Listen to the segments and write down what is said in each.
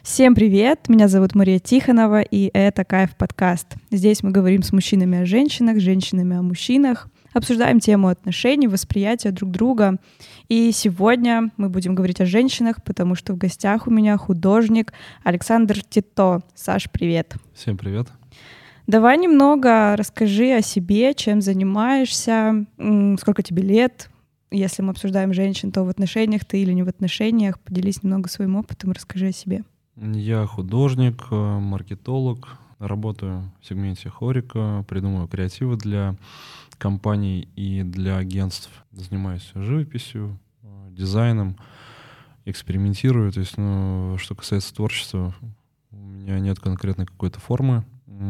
Всем привет! Меня зовут Мария Тихонова, и это «Кайф подкаст». Здесь мы говорим с мужчинами о женщинах, с женщинами о мужчинах, обсуждаем тему отношений, восприятия друг друга. И сегодня мы будем говорить о женщинах, потому что в гостях у меня художник Александр Тито. Саш, привет! Всем привет! Давай немного расскажи о себе, чем занимаешься, сколько тебе лет. Если мы обсуждаем женщин, то в отношениях ты или не в отношениях. Поделись немного своим опытом, расскажи о себе. Я художник, маркетолог, работаю в сегменте хорика, придумываю креативы для компаний и для агентств. Занимаюсь живописью, дизайном, экспериментирую. То есть, что касается творчества, у меня нет конкретной какой-то формы.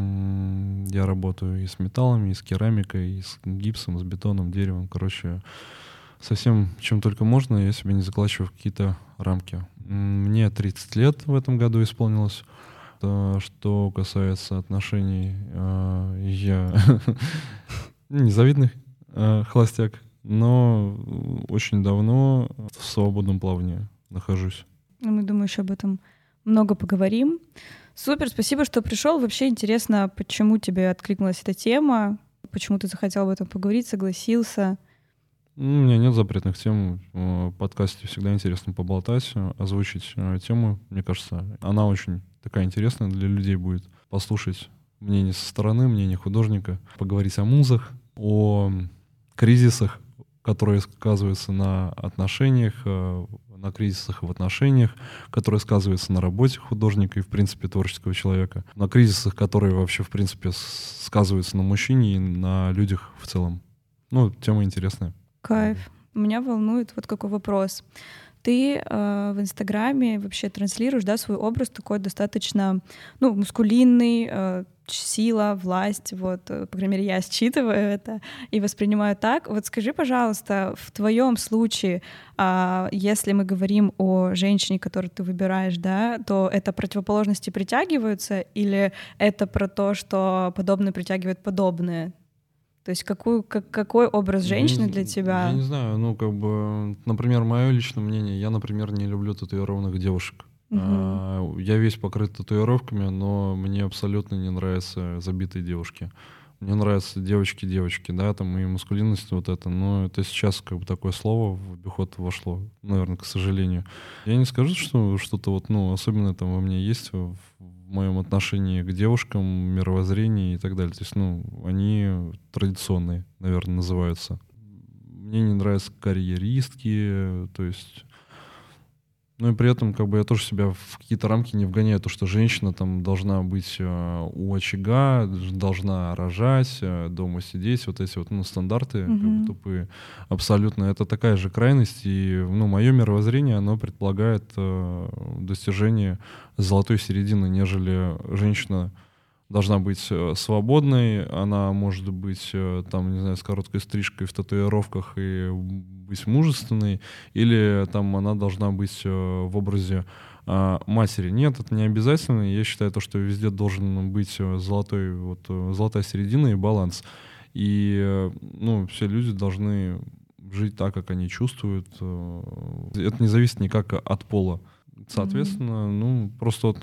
Я работаю и с металлами, и с керамикой, и с гипсом, с бетоном, деревом. Короче, совсем чем только можно, я себе не заколачиваю в какие-то рамки. Мне 30 лет в этом году исполнилось. Что касается отношений, я незавидный холостяк, но очень давно в свободном плавании нахожусь. Мы, думаю, еще об этом много поговорим. Супер, спасибо, что пришел. Вообще интересно, почему тебе откликнулась эта тема, почему ты захотел об этом поговорить, согласился. У меня нет запретных тем. В подкасте всегда интересно поболтать, озвучить тему. Мне кажется, она очень такая интересная для людей будет. Послушать мнение со стороны, мнение художника, поговорить о музах, о кризисах, которые сказываются на отношениях, на кризисах в отношениях, которые сказываются на работе художника и, в принципе, творческого человека, на кризисах, которые вообще, в принципе, сказываются на мужчине и на людях в целом. Тема интересная. Кайф. Меня волнует вот какой вопрос. Ты в Инстаграме вообще транслируешь, да, свой образ такой достаточно, мускулинный, сила, власть, вот, по крайней мере, я считываю это и воспринимаю так. Вот скажи, пожалуйста, в твоем случае, если мы говорим о женщине, которую ты выбираешь, да, то это противоположности притягиваются или это про то, что подобное притягивает подобное? То есть какой образ женщины для тебя? Я не знаю, например, мое личное мнение, я, например, не люблю татуированных девушек. Я весь покрыт татуировками, но мне абсолютно не нравятся забитые девушки. Мне нравятся девочки, да, там и маскулинность вот это, но это сейчас такое слово в обиход вошло, наверное, к сожалению. Я не скажу, что что-то особенное там во мне есть в моем отношении к девушкам, мировоззрении и так далее. То есть, они традиционные, наверное, называются. Мне не нравятся карьеристки, то есть... и при этом я тоже себя в какие-то рамки не вгоняю, то, что женщина там должна быть у очага, должна рожать, дома сидеть, вот эти стандарты тупые. Абсолютно. Это такая же крайность, и мое мировоззрение, оно предполагает достижение золотой середины, нежели женщина должна быть свободной, она может быть там, не знаю, с короткой стрижкой в татуировках и быть мужественной, или там она должна быть в образе матери. Нет, это не обязательно. Я считаю, что везде должен быть золотая середина и баланс. И все люди должны жить так, как они чувствуют. Это не зависит никак от пола. Соответственно, просто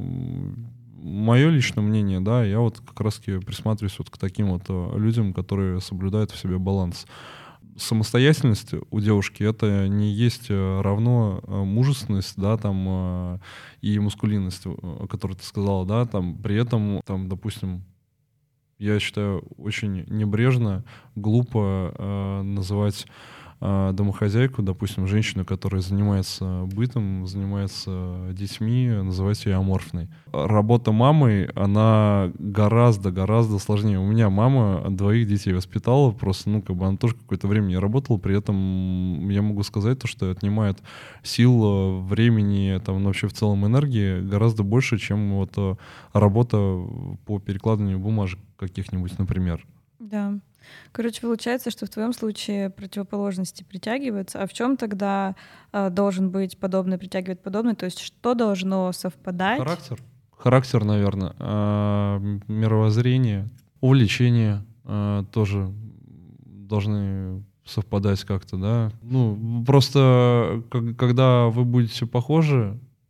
мое личное мнение, да, я как раз-таки присматриваюсь к таким людям, которые соблюдают в себе баланс. Самостоятельность у девушки — это не есть равно мужественность, да, там, и мускулинность, о которой ты сказала, да, там, при этом, там, допустим, я считаю, очень небрежно, глупо называть домохозяйку, допустим, женщину, которая занимается бытом, занимается детьми, называть ее аморфной. Работа мамой, она гораздо сложнее. У меня мама 2 детей воспитала, просто, она тоже какое-то время не работала, при этом я могу сказать то, что отнимает сил, времени, там, вообще в целом энергии гораздо больше, чем работа по перекладыванию бумажек каких-нибудь, например. Да. Короче, получается, что в твоем случае противоположности притягиваются, а в чем тогда должен быть подобное притягивает подобное? То есть что должно совпадать? Характер, наверное, мировоззрение, увлечения тоже должны совпадать как-то, да. Просто когда вы будете похожи,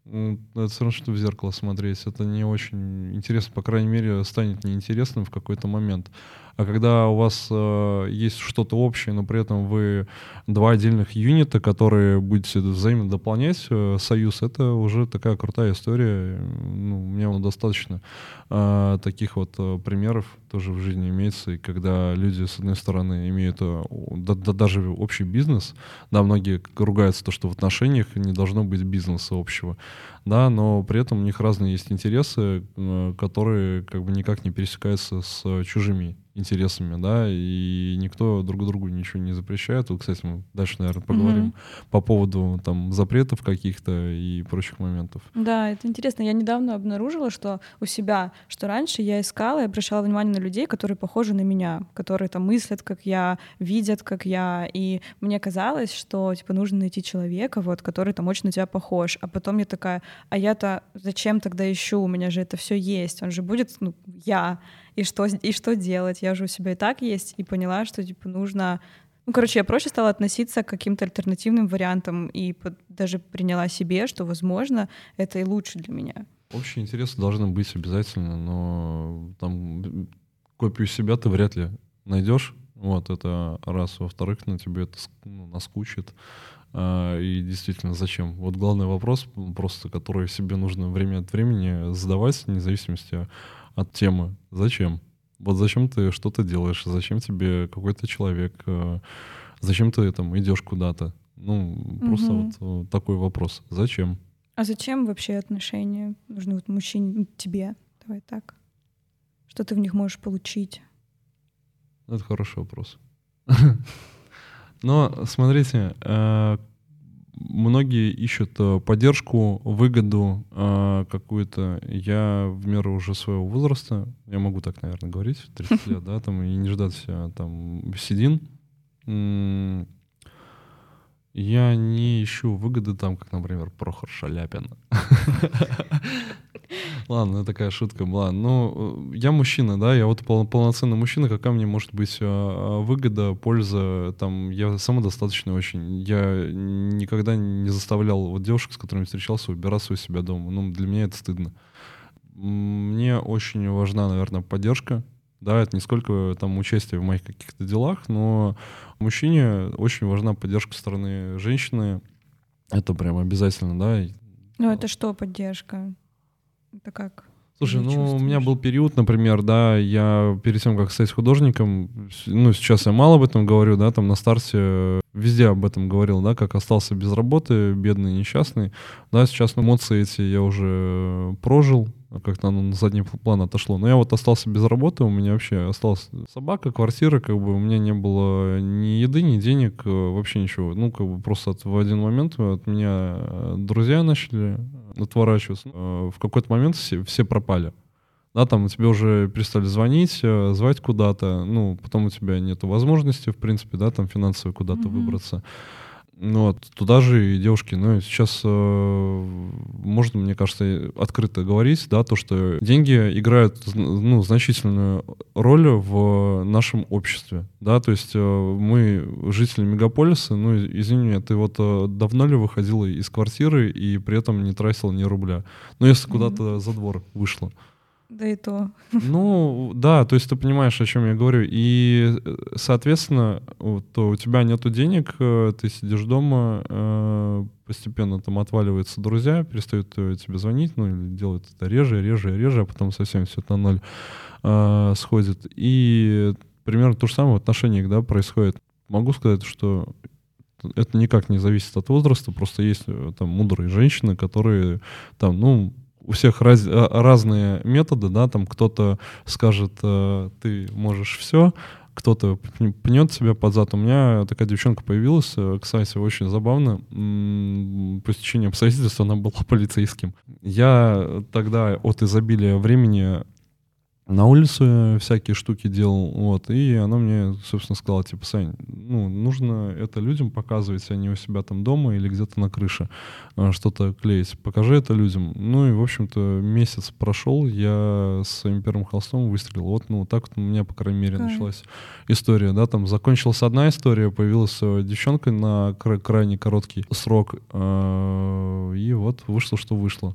Это все равно, что в зеркало смотреть. Это не очень интересно, по крайней мере, станет неинтересным в какой-то момент. А когда у вас есть что-то общее, но при этом вы два отдельных юнита, которые будете взаимно дополнять союз, это уже такая крутая история. Ну, у меня достаточно таких вот примеров тоже в жизни имеется, и когда люди, с одной стороны, имеют даже общий бизнес, да, многие ругаются, то, что в отношениях не должно быть бизнеса общего, да, но при этом у них разные есть интересы, которые как бы никак не пересекаются с чужими интересами, да, и никто друг другу ничего не запрещает. Вот, кстати, мы дальше, наверное, поговорим по поводу там запретов каких-то и прочих моментов. Да, это интересно. Я недавно обнаружила, что у себя, что раньше я искала и обращала внимание на людей, которые похожи на меня, которые там мыслят, как я, видят, как я, и мне казалось, что типа нужно найти человека, вот, который там очень на тебя похож, а потом я такая, а я-то зачем тогда ищу, у меня же это все есть, он же будет, ну, я, и что делать, я же у себя и так есть, и поняла, что типа нужно. Ну, короче, я проще стала относиться к каким-то альтернативным вариантам и даже приняла себе, что, возможно, это и лучше для меня. Общие интересы должны быть обязательно, но там копию себя ты вряд ли найдешь. Вот это раз. Во-вторых, на тебе это наскучит. И действительно, зачем? Вот главный вопрос, просто который себе нужно время от времени задавать, вне зависимости от темы. Зачем? Вот зачем ты что-то делаешь? Зачем тебе какой-то человек? Зачем ты там идешь куда-то? Ну, просто вот такой вопрос. Зачем? А зачем вообще отношения нужны вот мужчине, тебе? Давай так. Что ты в них можешь получить? Это хороший вопрос. Но, смотрите, многие ищут поддержку, выгоду какую-то. Я в меру уже своего возраста, я могу так, наверное, говорить, 30 лет, да, там, и не ждать себя там седин. Я не ищу выгоды там, как, например, Прохор Шаляпин. Ладно, это такая шутка была. Но я мужчина, да, я вот полноценный мужчина, какая мне может быть выгода, польза, там, я самодостаточный очень. Я никогда не заставлял вот девушек, с которыми встречался, убираться у себя дома. Ну, для меня это стыдно. Мне очень важна, наверное, поддержка. Да, это не сколько там участие в моих каких-то делах, но мужчине очень важна поддержка со стороны женщины. Это прям обязательно, да. Ну, это что поддержка? Это как? Слушай, ну, у меня был период, например, да, я перед тем, как стать художником, ну, сейчас я мало об этом говорю, да, там на старте везде об этом говорил, да, как остался без работы, бедный, несчастный, да, сейчас эмоции эти я уже прожил, как-то оно на задний план отошло, но я вот остался без работы, у меня вообще осталась собака, квартира, как бы у меня не было ни еды, ни денег, вообще ничего, ну, как бы просто в один момент от меня друзья начали отворачиваться, в какой-то момент все пропали. Да, там тебе уже перестали звонить, звать куда-то, ну, потом у тебя нет возможности, в принципе, да, там финансово куда-то выбраться. Ну, вот, туда же и девушки, ну, сейчас можно, мне кажется, открыто говорить, да, то, что деньги играют, ну, значительную роль в нашем обществе, да, то есть мы, жители мегаполиса, ну, извини меня, ты вот давно ли выходила из квартиры и при этом не тратила ни рубля? Ну, если куда-то за двор вышла. Да и то. Ну, да, то есть ты понимаешь, о чем я говорю. И, соответственно, то у тебя нету денег, ты сидишь дома, постепенно там отваливаются друзья, перестают тебе звонить, ну, или делают это реже, а потом совсем все это на ноль сходит. И примерно то же самое в отношениях, да, происходит. Могу сказать, что это никак не зависит от возраста, просто есть там мудрые женщины, которые там, ну, у всех разные методы, да, там кто-то скажет, ты можешь все, кто-то пнет себя под зад. У меня такая девчонка появилась, кстати, очень забавно. По стечению обстоятельств она была полицейским. Я тогда от изобилия времени на улице всякие штуки делал, вот, и она мне, собственно, сказала, типа, Сань, ну, нужно это людям показывать, а не у себя там дома или где-то на крыше что-то клеить. Покажи это людям. Ну, и, в общем-то, месяц прошел, я с своим первым холстом выстрелил. Вот, ну, так вот у меня, по крайней мере, началась история, да, там закончилась одна история, появилась девчонка на крайне короткий срок, и вот вышло, что вышло.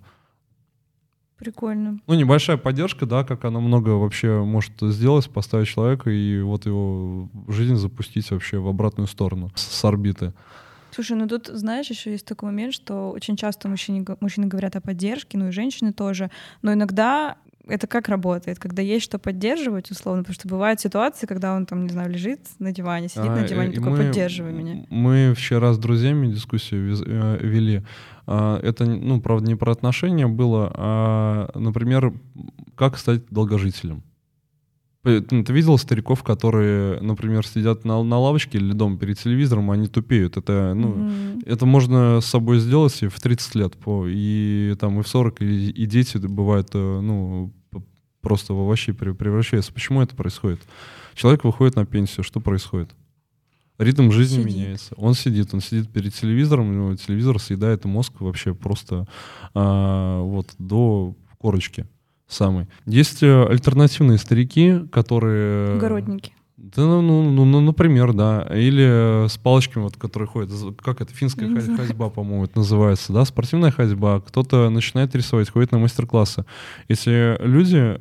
Прикольно. Ну, небольшая поддержка, да, как она много вообще может сделать, поставить человека и вот его жизнь запустить вообще в обратную сторону, с орбиты. Слушай, ну тут, знаешь, еще есть такой момент, что очень часто мужчины говорят о поддержке, ну и женщины тоже, но иногда это как работает, когда есть что поддерживать, условно, потому что бывают ситуации, когда он там, не знаю, лежит на диване, сидит на диване, такой, поддерживай меня. Мы вчера с друзьями дискуссию вели. Это, ну, правда, не про отношения было, а, например, как стать долгожителем. Ты видел стариков, которые, например, сидят на лавочке или дома перед телевизором, они тупеют. Это, ну, это можно с собой сделать и в 30 лет, и там и в 40, и дети бывают, ну, просто в овощи превращаются. Почему это происходит? Человек выходит на пенсию, что происходит? Ритм жизни меняется. Он сидит перед телевизором, у него телевизор съедает мозг вообще просто вот до корочки самой. Есть альтернативные старики, которые... Огородники. Да, ну, например, да. Или с палочками, вот, которые ходят. Как это? Финская ходьба, по-моему, это называется. Да? Спортивная ходьба. Кто-то начинает рисовать, ходит на мастер-классы. Эти люди,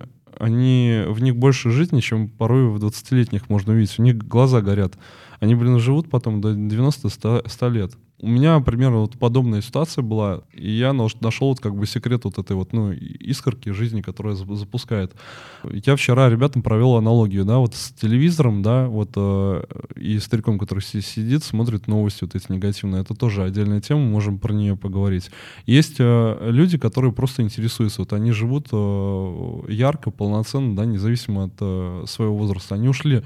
в них больше жизни, чем порой в 20-летних можно увидеть. У них глаза горят. Они, живут потом до 90-100 лет. У меня примерно вот подобная ситуация была, и я нашел вот как бы секрет вот этой вот, ну, искорки жизни, которая запускает. Я вчера ребятам провел аналогию, да, вот с телевизором, да, вот и стариком, который сидит, смотрит новости вот эти негативные. Это тоже отдельная тема, можем про нее поговорить. Есть люди, которые просто интересуются, вот они живут ярко, полноценно, да, независимо от своего возраста. Они ушли,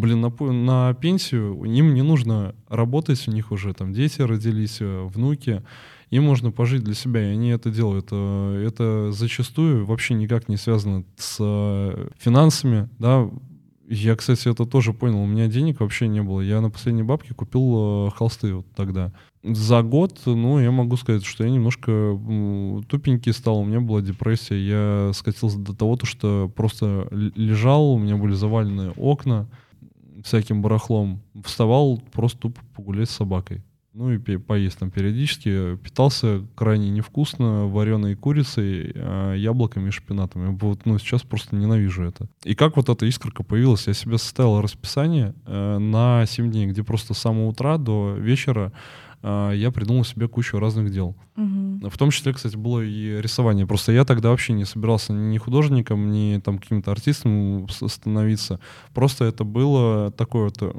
на пенсию, им не нужно работать, у них уже там дети родились, внуки, им можно пожить для себя, и они это делают. Это зачастую вообще никак не связано с финансами, да. Я, кстати, это тоже понял, у меня денег вообще не было. Я на последней бабке купил холсты вот тогда. За год, ну, я могу сказать, что я немножко тупенький стал, у меня была депрессия, я скатился до того, что просто лежал, у меня были завалены окна всяким барахлом, вставал просто тупо погулять с собакой. Ну и поесть там периодически. Питался крайне невкусно вареной курицей, яблоками и шпинатом. Я вот, ну, сейчас просто ненавижу это. И как вот эта искорка появилась? Я себе составил расписание на 7 дней, где просто с самого утра до вечера я придумал себе кучу разных дел. В том числе, кстати, было и рисование. Просто я тогда вообще не собирался ни художником, ни там каким-то артистом становиться. Просто это было такое вот,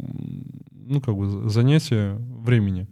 ну, как бы занятие времени.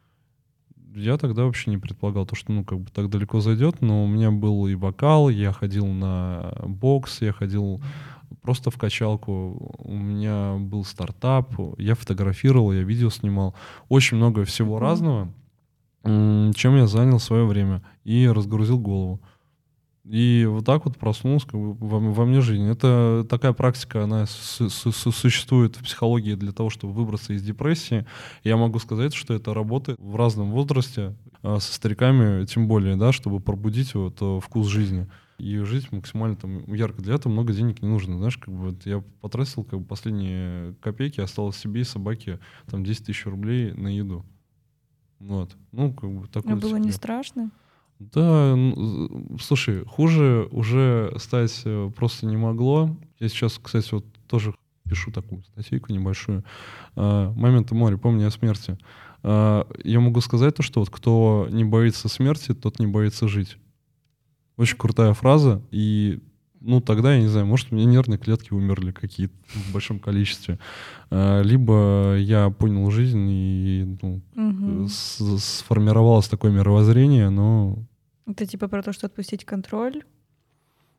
Я тогда вообще не предполагал то, что, ну, как бы так далеко зайдет, но у меня был и вокал, я ходил на бокс, я ходил просто в качалку, у меня был стартап, я фотографировал, я видео снимал. Очень много всего разного, чем я занял свое время и разгрузил голову. И вот так вот проснулся как бы, во мне жизнь. Это такая практика, она существует в психологии для того, чтобы выбраться из депрессии. Я могу сказать, что это работает в разном возрасте, со стариками тем более, да, чтобы пробудить вот вкус жизни и жить максимально там ярко. Для этого много денег не нужно, знаешь, как бы вот я потратил как бы последние копейки, осталось себе и собаке там 10 тысяч рублей на еду. Вот. Ну, как бы такой. А было не страшно? Да, слушай, хуже уже стать просто не могло. Я сейчас, кстати, вот тоже пишу такую статейку небольшую. «Моменты моря. Помни о смерти». Я могу сказать то, что вот кто не боится смерти, тот не боится жить. Очень крутая фраза. И, ну, тогда, я не знаю, может, у меня нервные клетки умерли какие-то в большом количестве. Либо я понял жизнь и, ну, сформировалось такое мировоззрение, но... Это типа про то, что отпустить контроль?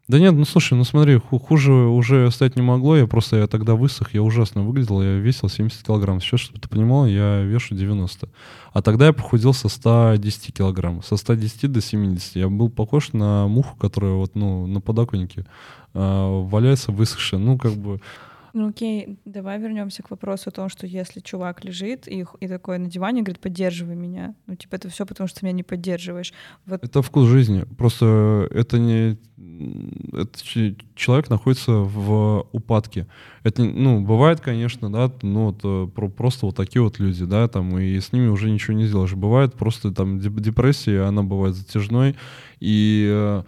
Да нет, ну слушай, ну смотри, хуже уже стать не могло. Я тогда высох, я ужасно выглядел, я весил 70 килограмм. Сейчас, чтобы ты понимал, я вешу 90. А тогда я похудел со 110 килограмм. Со 110 до 70. Я был похож на муху, которая вот, ну, на подоконнике валяется высохшая. Ну, как бы... Ну окей, давай вернемся к вопросу о том, что если чувак лежит и такой на диване говорит, поддерживай меня, ну типа это все потому, что ты меня не поддерживаешь. Вот. Это вкус жизни. Просто это не... человек находится в упадке. Это, ну, бывает, конечно, да, ну, это просто вот такие вот люди, да, там, и с ними уже ничего не сделаешь. Бывает просто там депрессия, она бывает затяжной, и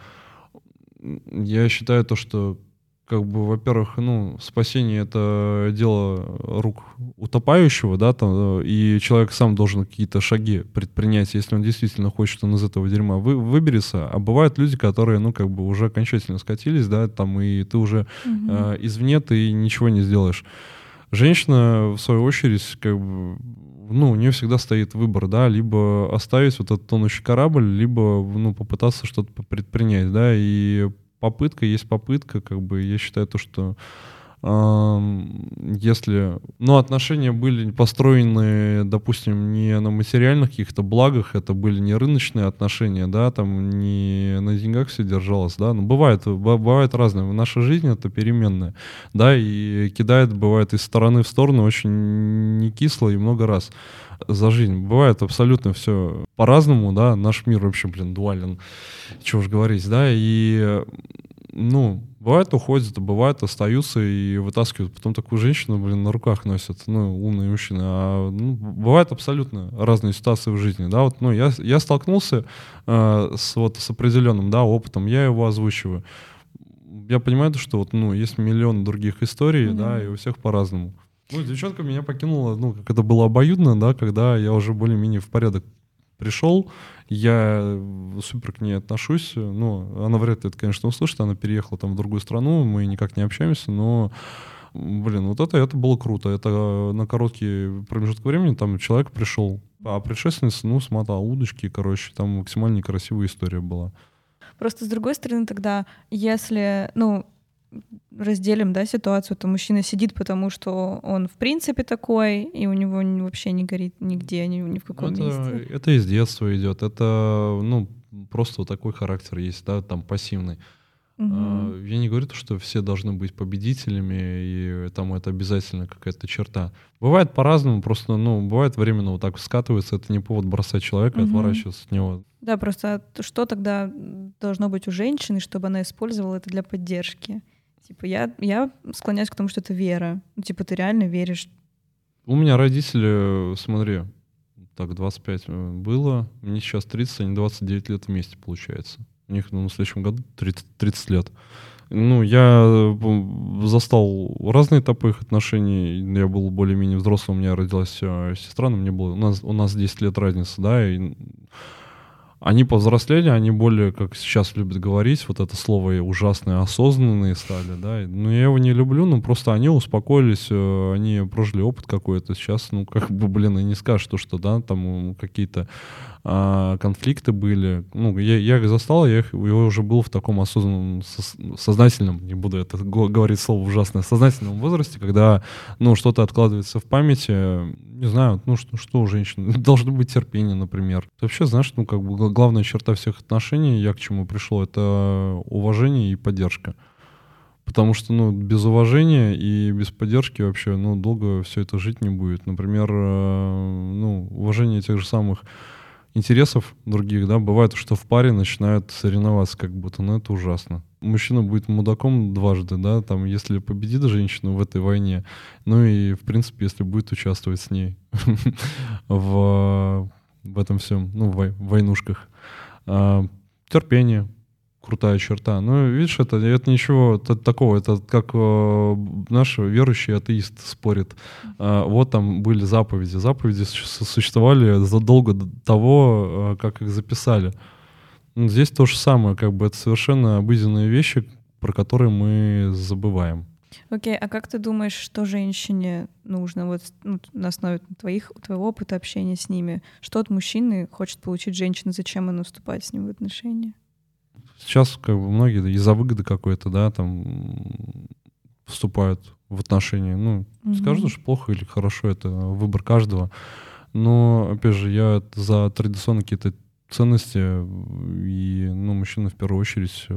я считаю то, что как бы, во-первых, ну, спасение — это дело рук утопающего, да, там, и человек сам должен какие-то шаги предпринять, если он действительно хочет, он из этого дерьма выберется. А бывают люди, которые, ну, как бы уже окончательно скатились, да, там, и ты уже извне ты ничего не сделаешь. Женщина, в свою очередь, как бы, ну, у нее всегда стоит выбор, да, либо оставить вот этот тонущий корабль, либо, ну, попытаться что-то предпринять, да, и попытка есть попытка, как бы, я считаю то, что если, ну, отношения были построены, допустим, не на материальных каких-то благах, это были не рыночные отношения, да, там не на деньгах все держалось, да, но бывает разное. В нашей жизни это переменная, да, и кидает, бывает, из стороны в сторону очень не кисло и много раз за жизнь. Бывает абсолютно все по-разному, да, наш мир вообще, блин, дуален, чего уж говорить, да, и, ну, бывает уходят, а бывает остаются и вытаскивают потом такую женщину, блин, на руках носят, ну, умные мужчины. А, ну, бывают абсолютно разные ситуации в жизни, да, вот, ну, я столкнулся с определенным, да, опытом, я его озвучиваю. Я понимаю, что вот, ну, есть миллион других историй, да, и у всех по-разному. Ну, девчонка меня покинула, ну, как это было обоюдно, да, когда я уже более-менее в порядок пришел, я супер к ней отношусь, ну, она вряд ли это, конечно, услышит, она переехала там в другую страну, мы никак не общаемся, но, блин, вот это было круто, это на короткий промежуток времени там человек пришел, а предшественница, ну, смотала удочки, короче, там максимально некрасивая история была. Просто с другой стороны тогда, если, ну, разделим, да, ситуацию, то мужчина сидит, потому что он в принципе такой, и у него вообще не горит нигде, ни в каком месте. Это из детства идет, это, ну, просто вот такой характер есть, да, там пассивный. Я не говорю, что все должны быть победителями, и там это обязательно какая-то черта. Бывает по-разному, просто, ну, бывает временно вот так скатывается, это не повод бросать человека и отворачиваться от него. Да, просто что тогда должно быть у женщины, чтобы она использовала это для поддержки? Типа я склоняюсь к тому, что это вера. Ну, типа ты реально веришь. У меня родители, смотри, так 25 было, мне сейчас 30, они 29 лет вместе, получается. У них, ну, на следующем году 30 лет. Ну, я застал разные этапы их отношений. Я был более-менее взрослым, у меня родилась сестра, но мне было... У нас 10 лет разница, да, и они повзрослели, они более, как сейчас любят говорить, вот это слово ужасное, осознанные стали, да. Ну, я его не люблю, но просто они успокоились, они прожили опыт какой-то. Сейчас, ну, как бы, блин, и не скажешь, что, да, там какие-то конфликты были. Ну, я их застал, я уже был в таком осознанном, сознательном, не буду это говорить слово ужасное, сознательном возрасте, когда, ну, что-то откладывается в памяти, не знаю, ну, что у женщин? Должно быть терпение, например. Ты вообще, знаешь, ну, как бы главная черта всех отношений, я к чему пришел, это уважение и поддержка. Потому что, ну, без уважения и без поддержки вообще, ну, долго все это жить не будет. Например, ну, уважение тех же самых интересов других, да, бывает, что в паре начинают соревноваться как будто, но это ужасно. Мужчина будет мудаком дважды, да, там, если победит женщину в этой войне, ну и, в принципе, если будет участвовать с ней в этом всем, ну, в войнушках. Терпение. Крутая черта. Ну, видишь, это ничего такого. Это как наш верующий атеист спорит. Вот там были заповеди. Заповеди существовали задолго до того, как их записали. Здесь то же самое. Как бы это совершенно обыденные вещи, про которые мы забываем. Окей, а как ты думаешь, что женщине нужно вот, ну, на основе твоего опыта общения с ними? Что от мужчины хочет получить женщина? Зачем она вступает с ним в отношения? Сейчас как бы многие из-за выгоды какой-то, да, там вступают в отношения. Ну, скажу, что плохо или хорошо, это выбор каждого. Но, опять же, я за традиционные какие-то ценности, и, ну, мужчина в первую очередь,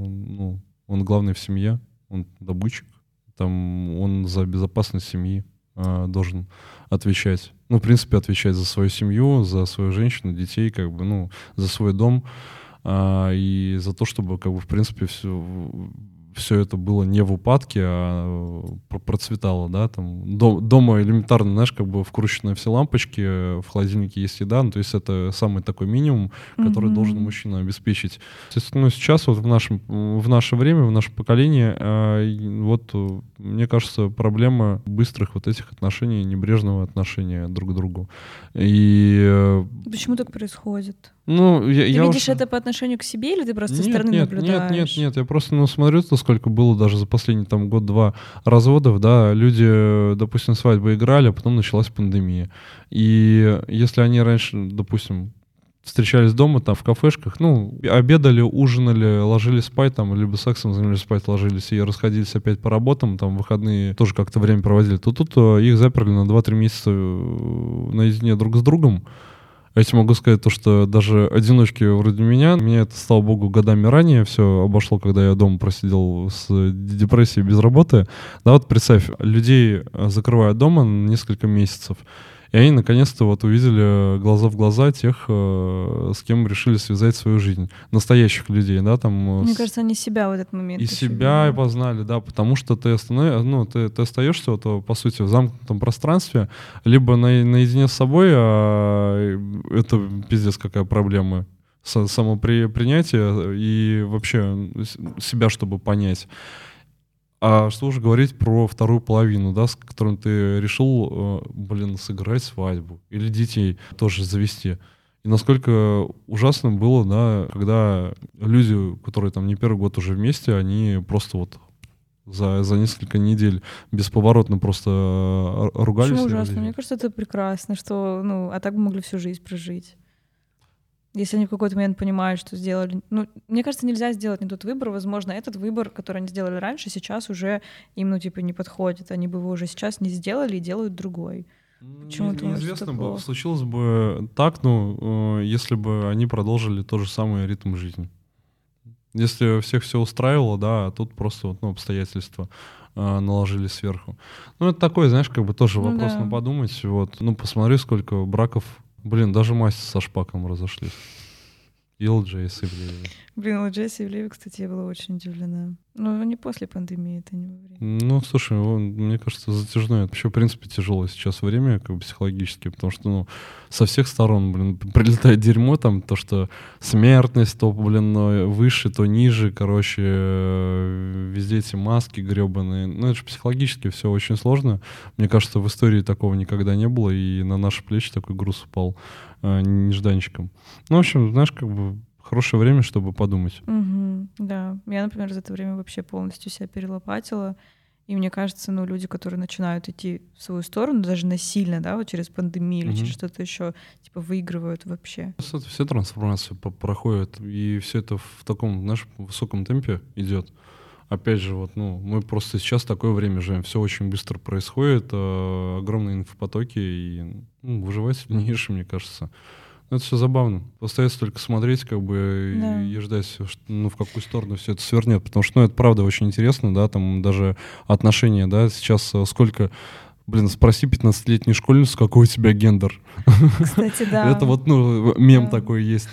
он главный в семье, он добытчик, там, он за безопасность семьи должен отвечать. Ну, в принципе, отвечать за свою семью, за свою женщину, детей, как бы, ну, за свой дом, и за то, чтобы, как бы, в принципе, все это было не в упадке, а процветало, да, там, дома элементарно, знаешь, как бы вкручены все лампочки, в холодильнике есть еда, ну, то есть это самый такой минимум, который должен мужчина обеспечить. То есть, ну, сейчас вот в наше время, в наше поколение, вот, мне кажется, проблема быстрых вот этих отношений, небрежного отношения друг к другу. И... Почему так происходит? Ну, ты видишь это по отношению к себе, или ты просто со стороны наблюдаешь? Нет, я просто смотрю, сколько было даже за последний там год-два разводов, да, люди, допустим, свадьбы играли, а потом началась пандемия. И если они раньше, допустим, встречались дома, там, в кафешках, ну, обедали, ужинали, ложились спать, там, либо сексом занимались, спать ложились, и расходились опять по работам, там, в выходные тоже как-то время проводили, то тут их заперли на 2-3 месяца наедине друг с другом. Я тебе могу сказать то, что даже одиночки вроде меня это, слава богу, годами ранее все обошло, когда я дома просидел с депрессией без работы. Да, вот представь, людей закрывают дома на несколько месяцев, и они наконец-то вот увидели глаза в глаза тех, с кем решили связать свою жизнь. Настоящих людей, да, там... Мне кажется, они себя в этот момент. И себя познали, да, потому что ты остаешься, вот, по сути, в замкнутом пространстве, либо наедине с собой, это пиздец какая проблема. Самопринятие и вообще себя, чтобы понять. А что уже говорить про вторую половину, да, с которым ты решил, сыграть свадьбу или детей тоже завести. И насколько ужасно было, да, когда люди, которые там не первый год уже вместе, они просто вот за несколько недель бесповоротно просто ругались. Почему ужасно? Мне кажется, это прекрасно, что, а так бы могли всю жизнь прожить. Если они в какой-то момент понимают, что сделали... Ну, мне кажется, нельзя сделать не тот выбор. Возможно, этот выбор, который они сделали раньше, сейчас уже им, не подходит. Они бы его уже сейчас не сделали и делают другой. Почему неизвестно бы, случилось бы так, если бы они продолжили тот же самый ритм жизни. Если всех все устраивало, да, а тут просто обстоятельства наложили сверху. Ну, это такой, знаешь, как бы тоже вопрос на подумать. Вот. Ну, посмотри, сколько браков... даже Мастер со Шпаком разошлись. И Элджей с Ивлеевой. Элджей с Ивлеевой, кстати, я была очень удивлена. Но не после пандемии, это не во время. Ну, слушай, мне кажется, затяжное. Это вообще, в принципе, тяжелое сейчас время, как бы психологически, потому что, со всех сторон, прилетает дерьмо, там, то, что смертность то, выше, то ниже, короче, везде эти маски гребаные. Ну, это же психологически все очень сложно. Мне кажется, в истории такого никогда не было, и на наши плечи такой груз упал нежданчиком. Ну, в общем, знаешь, как бы хорошее время, чтобы подумать. Да. Я, например, за это время вообще полностью себя перелопатила. И мне кажется, люди, которые начинают идти в свою сторону, даже насильно, да, вот через пандемию или через что-то еще, выигрывают вообще. Все трансформации проходят, и все это в таком, высоком темпе идет. Опять же, мы просто сейчас такое время живем, все очень быстро происходит, огромные инфопотоки, и выживать сильнейший, мне кажется. Это все забавно. Остается только смотреть, и ждать, в какую сторону все это свернет. Потому что, это правда очень интересно, да, там даже отношения, да, сейчас сколько... спроси 15-летнюю школьницу, какой у тебя гендер. Кстати, да. Это мем такой есть.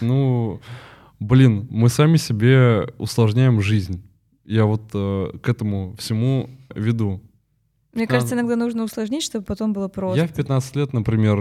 Мы сами себе усложняем жизнь. Я к этому всему веду. Мне кажется, иногда нужно усложнить, чтобы потом было просто. Я в 15 лет, например,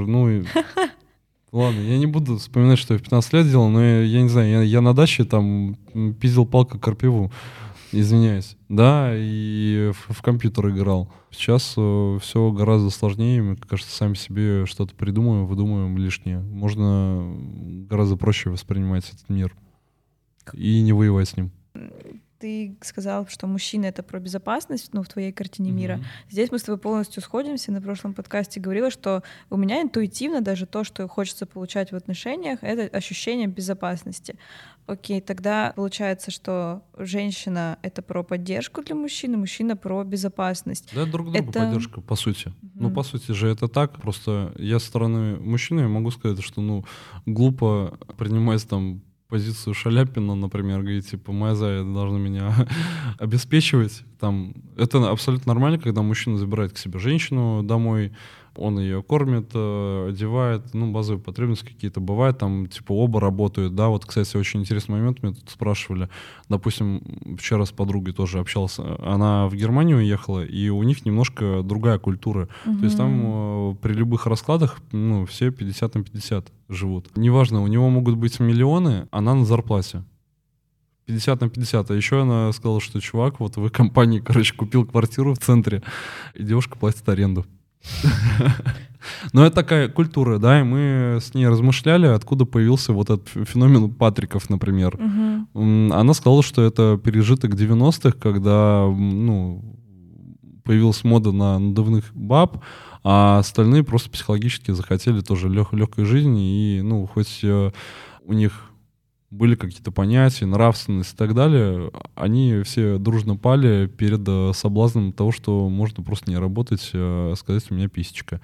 ладно, я не буду вспоминать, что я в 15 лет делал, но я не знаю, я на даче там пиздил палкой крапиву, извиняюсь, да, и в компьютер играл. Сейчас все гораздо сложнее, мы, кажется, сами себе что-то придумаем, выдумаем лишнее. Можно гораздо проще воспринимать этот мир и не воевать с ним. ты сказал, что мужчина — это про безопасность, ну, в твоей картине мира. Здесь мы с тобой полностью сходимся. На прошлом подкасте говорила, что у меня интуитивно даже то, что хочется получать в отношениях, это ощущение безопасности. Окей, тогда получается, что женщина — это про поддержку для мужчины, мужчина — про безопасность. Да, друг другу поддержка, по сути. Ну, по сути же это так. Просто я со стороны мужчины я могу сказать, что, ну, глупо принимать там позицию Шаляпина, например, говорить, типа, моя зая должна меня обеспечивать. Там, это абсолютно нормально, когда мужчина забирает к себе женщину домой, он ее кормит, одевает, ну, базовые потребности какие-то бывают, там, типа, оба работают, да, вот, кстати, очень интересный момент, меня тут спрашивали, допустим, вчера с подругой тоже общался, она в Германию уехала, и у них немножко другая культура, то есть там при любых раскладах, ну, все 50 на 50 живут. Неважно, у него могут быть миллионы, она на зарплате. 50 на 50. А еще она сказала, что чувак вот в компании, короче, купил квартиру в центре, и девушка платит аренду. Но это такая культура, да, и мы с ней размышляли, откуда появился вот этот феномен Патриков, например. Она сказала, что это пережиток 90-х, когда, ну, появилась мода на надувных баб, а остальные просто психологически захотели тоже легкой жизни, и, ну, хоть у них были какие-то понятия, нравственность и так далее, они все дружно пали перед соблазном того, что можно просто не работать, сказать, у меня писечка.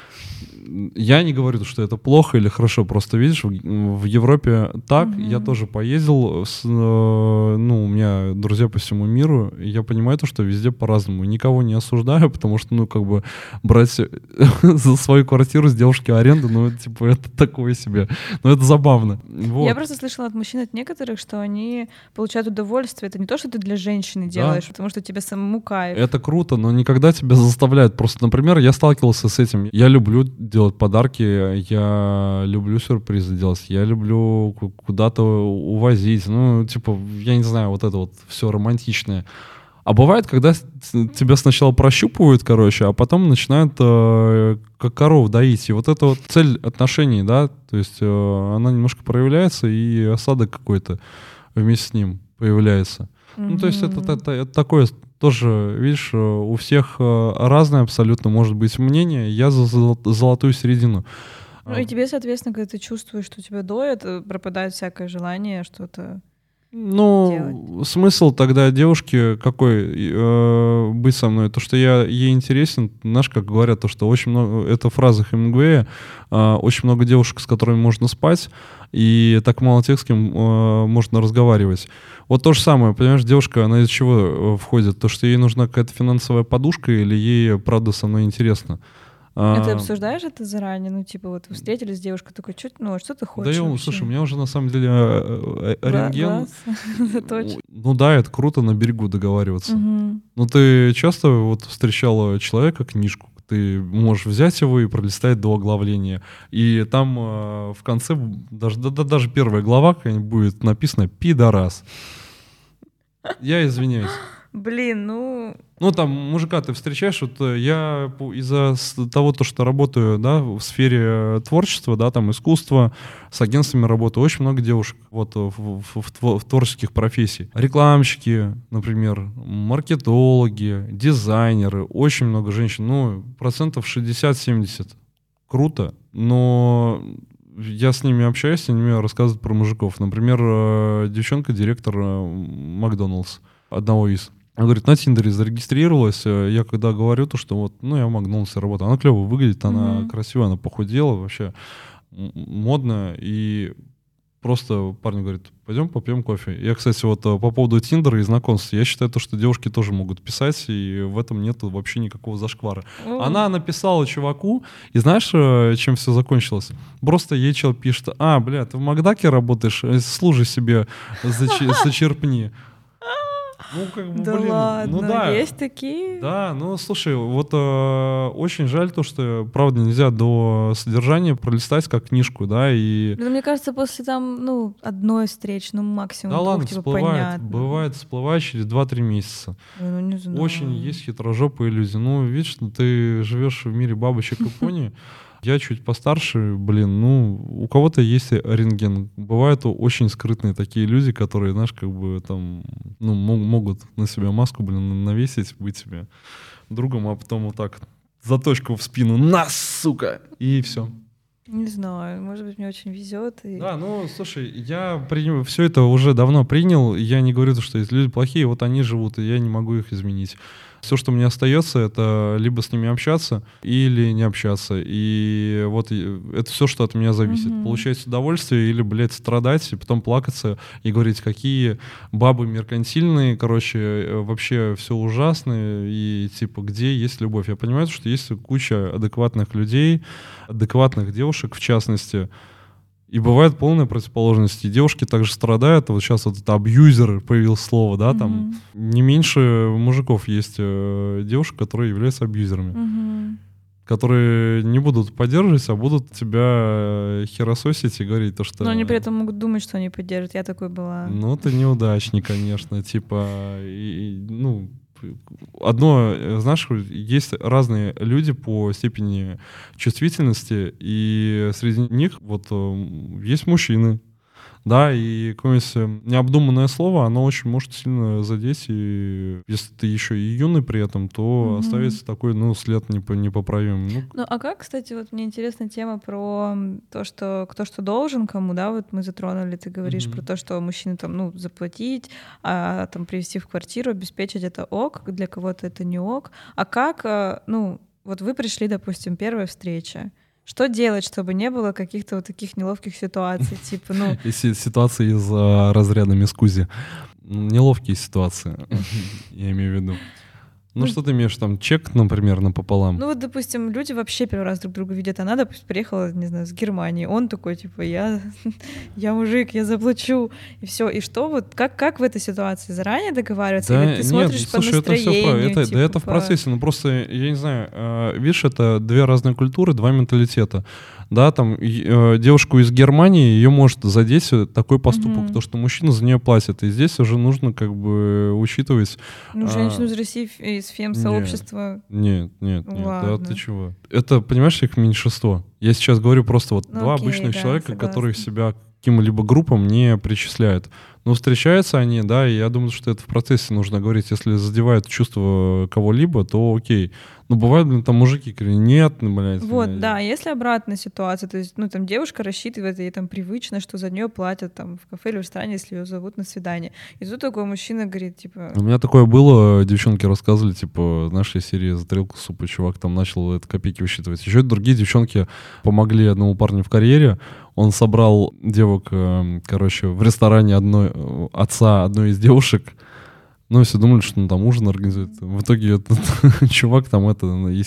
Я не говорю, что это плохо или хорошо, просто видишь, в Европе так, я тоже поездил, ну, у меня друзья по всему миру, и я понимаю то, что везде по-разному. Никого не осуждаю, потому что, ну, как бы брать за свою квартиру с девушки аренду, ну, типа, это такое себе. Но это забавно. Вот. Я просто слышала от мужчин, от некоторых, что они получают удовольствие. Это не то, что ты для женщины делаешь, потому что тебе самому кайф. Это круто, но никогда тебя заставляют. Просто, например, я сталкивался с этим. Я люблю делать подарки, я люблю сюрпризы делать, я люблю куда-то увозить. Ну, типа, я не знаю, вот это вот все романтичное. А бывает, когда тебя сначала прощупывают, короче, а потом начинают как коров доить. И вот это вот цель отношений, да, то есть она немножко проявляется, и осадок какой-то вместе с ним появляется. Ну, то есть это такое тоже, видишь, у всех разное абсолютно может быть мнение. Я за золотую середину. Ну и тебе, соответственно, когда ты чувствуешь, что тебя доят, пропадает всякое желание что-то делать. Смысл тогда девушки какой быть со мной? То, что я ей интересен, знаешь, как говорят, то, что очень много, это фраза Хемингуэя, очень много девушек, с которыми можно спать, и так мало тех, с кем можно разговаривать. Вот то же самое, понимаешь, девушка, она из чего входит? То, что ей нужна какая-то финансовая подушка или ей, правда, со мной интересно? А ты обсуждаешь это заранее? Ну, типа, вот вы встретились с девушкой, такой, что ты хочешь? Да, слушай, у меня уже на самом деле рентген. Ну да, это круто на берегу договариваться. Ну ты часто вот встречала человека, книжку, ты можешь взять его и пролистать до оглавления. И там в конце, даже первая глава какая-нибудь будет написано «Пидорас». Я извиняюсь. Блин, ну... Ну, там, мужика ты встречаешь, вот я из-за того, что работаю, да, в сфере творчества, да, там, искусства, с агентствами работаю, очень много девушек вот в творческих профессий. Рекламщики, например, маркетологи, дизайнеры, очень много женщин, ну, 60-70%. Круто, но я с ними общаюсь, они мне рассказывают про мужиков. Например, девчонка, директор Макдоналдс, одного из. Она говорит, на Тиндере зарегистрировалась. Я когда говорю, то, что вот, ну, я в Макдональдсе работаю. Она клево выглядит, она красивая, она похудела, вообще модная. И просто парень говорит, пойдем попьем кофе. Я, кстати, вот по поводу Тиндера и знакомств, я считаю, то, что девушки тоже могут писать, и в этом нет вообще никакого зашквара. Она написала чуваку, и знаешь, чем все закончилось? Просто ей чел пишет, бля, ты в Макдаке работаешь? Служи себе, зачерпни. Ну, как бы, да блин, ладно, ну да. Есть такие? Да, ну слушай, вот очень жаль то, что, правда, нельзя до содержания пролистать как книжку, да, и... Ну, мне кажется, после там, ну, одной встречи, ну, максимум да двух, ладно, типа, всплывает, понятно. бывает, всплывает через 2-3 месяца. Ну, не знаю. Очень есть хитрожопые люди. Ну, видишь, ты живешь в мире бабочек и пони, Я чуть постарше, блин, ну, у кого-то есть рентген. Бывают очень скрытные такие люди, которые, знаешь, как бы там, ну, могут на себя маску, блин, навесить, быть себе другом, а потом вот так заточку в спину, на, сука, и все. Не знаю, может быть, мне очень везет. Да, ну, слушай, я все это уже давно принял, я не говорю, что есть люди плохие, вот они живут, и я не могу их изменить. Все, что мне остается, это либо с ними общаться, или не общаться. И вот это все, что от меня зависит. Получать удовольствие или, блядь, страдать, и потом плакаться и говорить, какие бабы меркантильные, короче, вообще все ужасно, и типа, где есть любовь. Я понимаю, что есть куча адекватных людей, адекватных девушек, в частности, и бывает полная противоположность. И девушки также страдают. Вот сейчас вот это абьюзер появилось слово, да, там не меньше мужиков есть девушек, которые являются абьюзерами. Которые не будут поддерживать, а будут тебя херососить и говорить то, что... Но они при этом могут думать, что они поддержат. Я такой была. Ну, ты неудачник, конечно. Типа, ну... Одно, знаешь, есть разные люди по степени чувствительности, и среди них вот есть мужчины, да, и какое-нибудь необдуманное слово, оно очень может сильно задеть, и если ты еще и юный при этом, то оставится такой, ну, след непоправимый. Ну, а как, кстати, вот мне интересна тема про то, что кто что должен кому, да, вот мы затронули, ты говоришь про то, что мужчины там, ну, заплатить, а там привезти в квартиру, обеспечить это ок, для кого-то это не ок. А как, ну, вот вы пришли, допустим, первая встреча, что делать, чтобы не было каких-то вот таких неловких ситуаций, типа, ну... Ситуации из разряда мискузи. Неловкие ситуации, я имею в виду. Ну, что ты имеешь там, чек, например, напополам? Ну, вот, допустим, люди вообще первый раз друг друга видят. Она, допустим, приехала, не знаю, с Германии. Он такой, типа, я мужик, я заплачу. И все. И что вот, как в этой ситуации? Заранее договариваться? Да, или ты смотришь нет, по слушай, настроению? это, да это в процессе. Ну, просто, я не знаю, видишь, это две разные культуры, два менталитета. Да, там девушку из Германии, ее может задеть такой поступок, то, что мужчина за нее платит. И здесь уже нужно как бы учитывать... Ну, женщину из России, из фем-сообщества... Нет, да ты чего? Это, понимаешь, их меньшинство. Я сейчас говорю просто вот два обычных человека, которые себя каким-либо группам не причисляют. Но встречаются они, да, и я думаю, что это в процессе нужно говорить. Если задевают чувство кого-либо, то окей. Но бывают, блин, там мужики говорят, нет, ну, блядь. Вот, да, если обратная ситуация, то есть, ну, там девушка рассчитывает, ей там привычно, что за нее платят там в кафе или в ресторане, если ее зовут на свидание. И тут такой мужчина говорит, типа... У меня такое было, девчонки рассказывали, типа, нашей серии «За тарелку супа» чувак там начал это копейки высчитывать. Еще другие девчонки помогли одному парню в карьере. Он собрал девок, короче, в ресторане отца одной из девушек. Ну, все думали, что он там ужин организует. В итоге этот чувак там из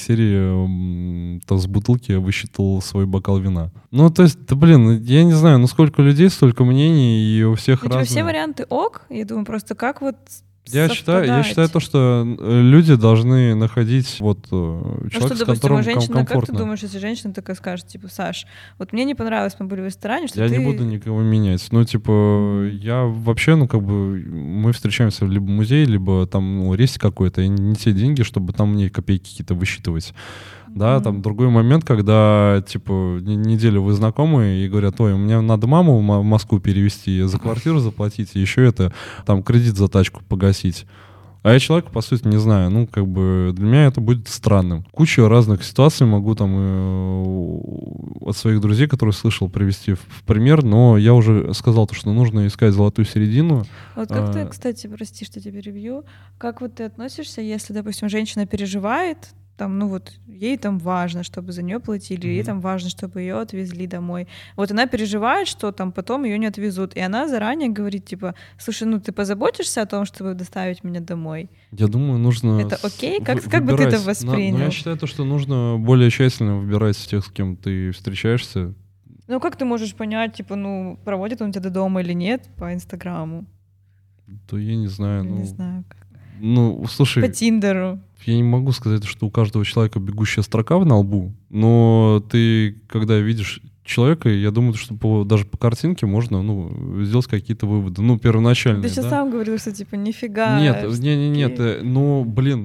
серии там с бутылки высчитал свой бокал вина. Ну, то есть, да, блин, я не знаю, ну сколько людей, столько мнений, и у всех разные. Все варианты ок, я думаю, просто как вот... Я считаю то, что люди должны находить вот человека, что, с которым комфортно. Как ты думаешь, если женщина такая скажет, типа, Саш, вот мне не понравилось, мы были в ресторане, что я не буду никого менять. Ну, типа, я вообще, ну, как бы, мы встречаемся либо в музее, либо там, ну, рейс какой-то, и не те деньги, чтобы там мне копейки какие-то высчитывать. Да, там другой момент, когда, типа, неделю вы знакомы и говорят, ой, мне надо маму в Москву перевезти, за квартиру заплатить, и еще это, там, кредит за тачку погасить. А я человека, по сути, не знаю. Ну, как бы, для меня это будет странным. Кучу разных ситуаций могу там от своих друзей, которые слышал, привести в пример, но я уже сказал, что нужно искать золотую середину. Вот как ты, кстати, прости, что тебя перебью, как вот ты относишься, если, допустим, женщина переживает, там, ну вот, ей там важно, чтобы за нее платили, ей там важно, чтобы ее отвезли домой. Вот она переживает, что там потом ее не отвезут, и она заранее говорит, типа, слушай, ну ты позаботишься о том, чтобы доставить меня домой? Я думаю, нужно... Это окей? Как бы ты это воспринял? Я считаю, что нужно более тщательно выбирать тех, с кем ты встречаешься. Ну как ты можешь понять, типа, ну, проводит он тебя до дома или нет по Инстаграму? То я не знаю. Не знаю как. Ну, слушай... По Тиндеру. Я не могу сказать, что у каждого человека бегущая строка на лбу, но ты, когда видишь человека, я думаю, что даже по картинке можно, ну, сделать какие-то выводы. Ну, первоначальные, Ты сейчас сам говорил, что, типа, нифига. Нет, ну, блин,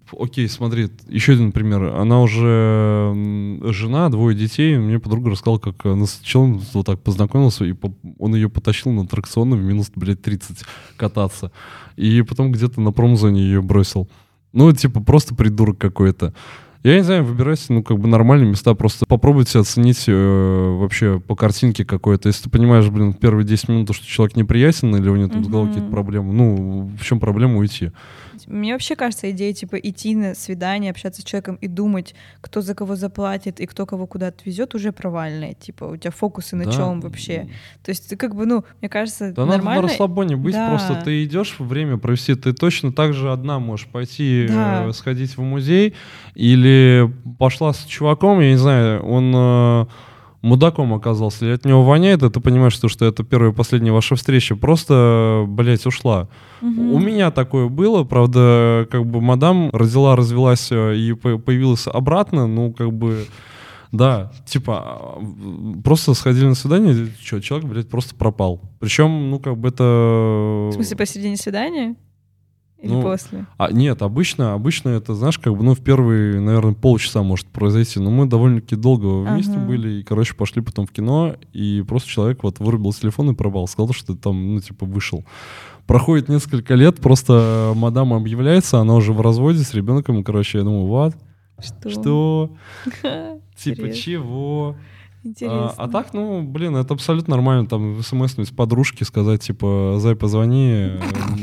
Окей, смотри, еще один пример. Она уже жена, 2 детей. Мне подруга рассказала, как она с человеком вот так познакомился, и он ее потащил на аттракционы в минус, блядь, 30 кататься. И потом где-то на промзоне ее бросил. Ну, типа, просто придурок какой-то. Я не знаю, выбирайте, ну, как бы нормальные места, просто попробуйте оценить вообще по картинке какой-то. Если ты понимаешь, блин, в первые 10 минут, что человек неприятен, или у него там с головой какие-то проблемы, ну, в чем проблема уйти? Мне вообще кажется, идея, типа, идти на свидание, общаться с человеком и думать, кто за кого заплатит и кто кого куда отвезет, уже провальная. Типа, у тебя фокусы на чем вообще? То есть ты как бы, ну, мне кажется, да нормально. Надо на расслабоне быть, просто ты идешь время провести, ты точно так же одна можешь пойти сходить в музей, или пошла с чуваком, я не знаю, он мудаком оказался, или от него воняет, и ты понимаешь, что это первая и последняя ваша встреча, просто, блять, ушла. У меня такое было, правда, как бы мадам родила, развелась и появилась обратно, ну, как бы, да, типа, просто сходили на свидание, человек, блядь, просто пропал. Причем, ну, как бы это... В смысле, посередине свидания? Или после? Нет, обычно это, знаешь, как бы, ну, в первые, наверное, полчаса может произойти. Но мы довольно-таки долго вместе были, и, короче, пошли потом в кино, и просто человек вот вырубил телефон и пропал. Сказал, что там, ну, типа, вышел. Проходит несколько лет, просто мадам объявляется, она уже в разводе с ребенком, и, короче, я думаю, вот. Что? Типа, чего? Интересно. А так, ну, блин, это абсолютно нормально. Там в смс-нуть подружке сказать, типа, зай, позвони,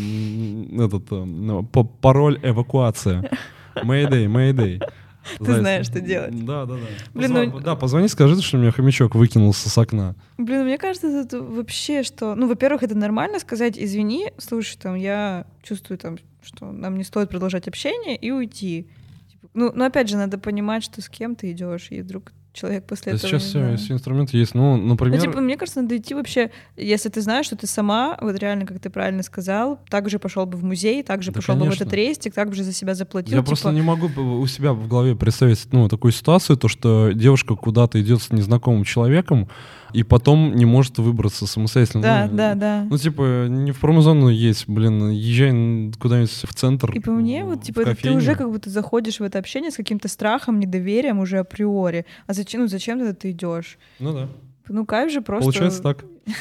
пароль эвакуация. Mayday. Ты знаешь, что делать. Да. Блин, да, позвони, скажи, что у меня хомячок выкинулся с окна. Блин, мне кажется, это вообще, что... Ну, во-первых, это нормально сказать, извини, слушай, там, я чувствую, там, что нам не стоит продолжать общение и уйти. Ну, опять же, надо понимать, что с кем ты идешь, и вдруг человек после этого... Сейчас все инструменты есть. Ну, например... Ну, типа, мне кажется, надо идти вообще, если ты знаешь, что ты сама, вот реально, как ты правильно сказал, также пошел бы в музей, также пошел бы в этот рейстик, так же за себя заплатил. Я просто не могу у себя в голове представить, ну, такую ситуацию, то, что девушка куда-то идет с незнакомым человеком, и потом не может выбраться самостоятельно. Да. Ну, типа, не в промзону есть, блин, езжай куда-нибудь в центр. И по мне, вот, типа, ты уже как будто заходишь в это общение с каким-то страхом, недоверием уже априори. А зачем тогда ты идешь? Ну да. Ну, кайф же просто... Получается так.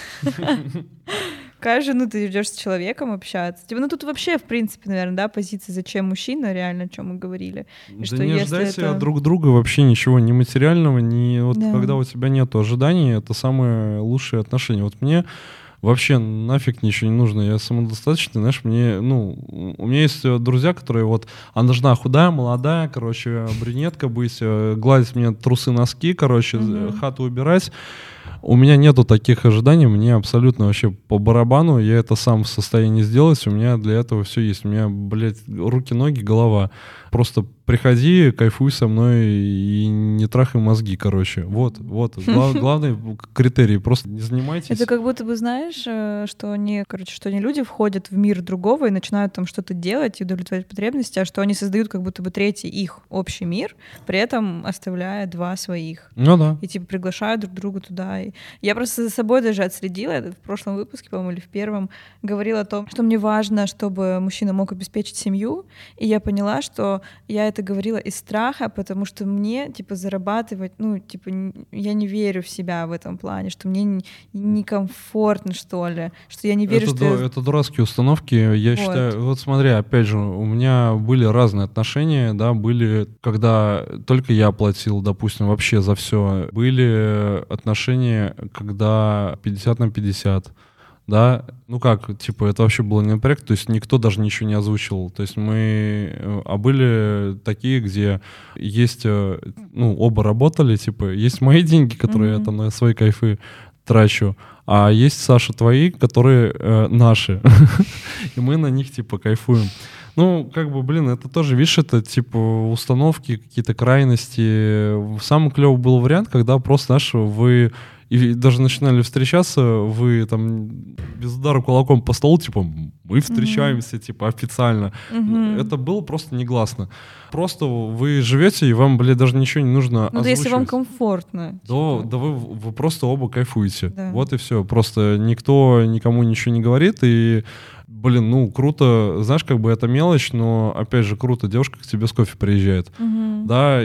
Кайф же, ну, ты идешь с человеком общаться. Типа, ну, тут вообще, в принципе, наверное, да, позиция «зачем мужчина», реально, о чем мы говорили. Да что не ждайте от друг друга вообще ничего, ни материального, ни... Вот когда у тебя нет ожиданий, это самые лучшие отношения. Вот мне вообще нафиг ничего не нужно, я самодостаточный, знаешь, мне, ну, у меня есть друзья, которые вот, она должна худая, молодая, короче, брюнетка быть, гладить мне трусы, носки, короче, хату убирать. У меня нету таких ожиданий, мне абсолютно вообще по барабану, я это сам в состоянии сделать, у меня для этого все есть, у меня, блядь, руки, ноги, голова. Просто приходи, кайфуй со мной и не трахай мозги, короче. Вот. Главный критерий, просто не занимайтесь. Это как будто бы, знаешь, что они люди входят в мир другого и начинают там что-то делать и удовлетворять потребности, а что они создают как будто бы третий их общий мир, при этом оставляя 2 своих. Ну да. И типа приглашают друг друга туда. И я просто за собой даже отследила, это в прошлом выпуске, по-моему, или в первом, говорила о том, что мне важно, чтобы мужчина мог обеспечить семью, и я поняла, что я это говорила из страха, потому что мне, типа, зарабатывать, ну, типа, я не верю в себя в этом плане, что мне некомфортно, что ли, что я не верю, Это дурацкие установки, я считаю. Вот смотри, опять же, у меня были разные отношения, да, были, когда только я платил, допустим, вообще за все. Были отношения, когда 50 на 50. Да, ну как, типа, это вообще было не проект, то есть никто даже ничего не озвучивал. То есть а были такие, где есть, ну, оба работали, типа, есть мои деньги, которые я там на свои кайфы трачу, а есть, Саша, твои, которые наши. И мы на них, типа, кайфуем. Ну, как бы, блин, это тоже, видишь, это, типа, установки, какие-то крайности. Самый клевый был вариант, когда просто, знаешь, вы и даже начинали встречаться, вы там без удара кулаком по столу, типа, мы встречаемся, типа, официально. Это было просто негласно. Просто вы живете, и вам, блядь, даже ничего не нужно Ну, да, если вам комфортно. Да вы просто оба кайфуете. Да. Вот и все. Просто никто никому ничего не говорит, и, блин, ну, круто. Знаешь, как бы это мелочь, но, опять же, круто. Девушка к тебе с кофе приезжает. Да,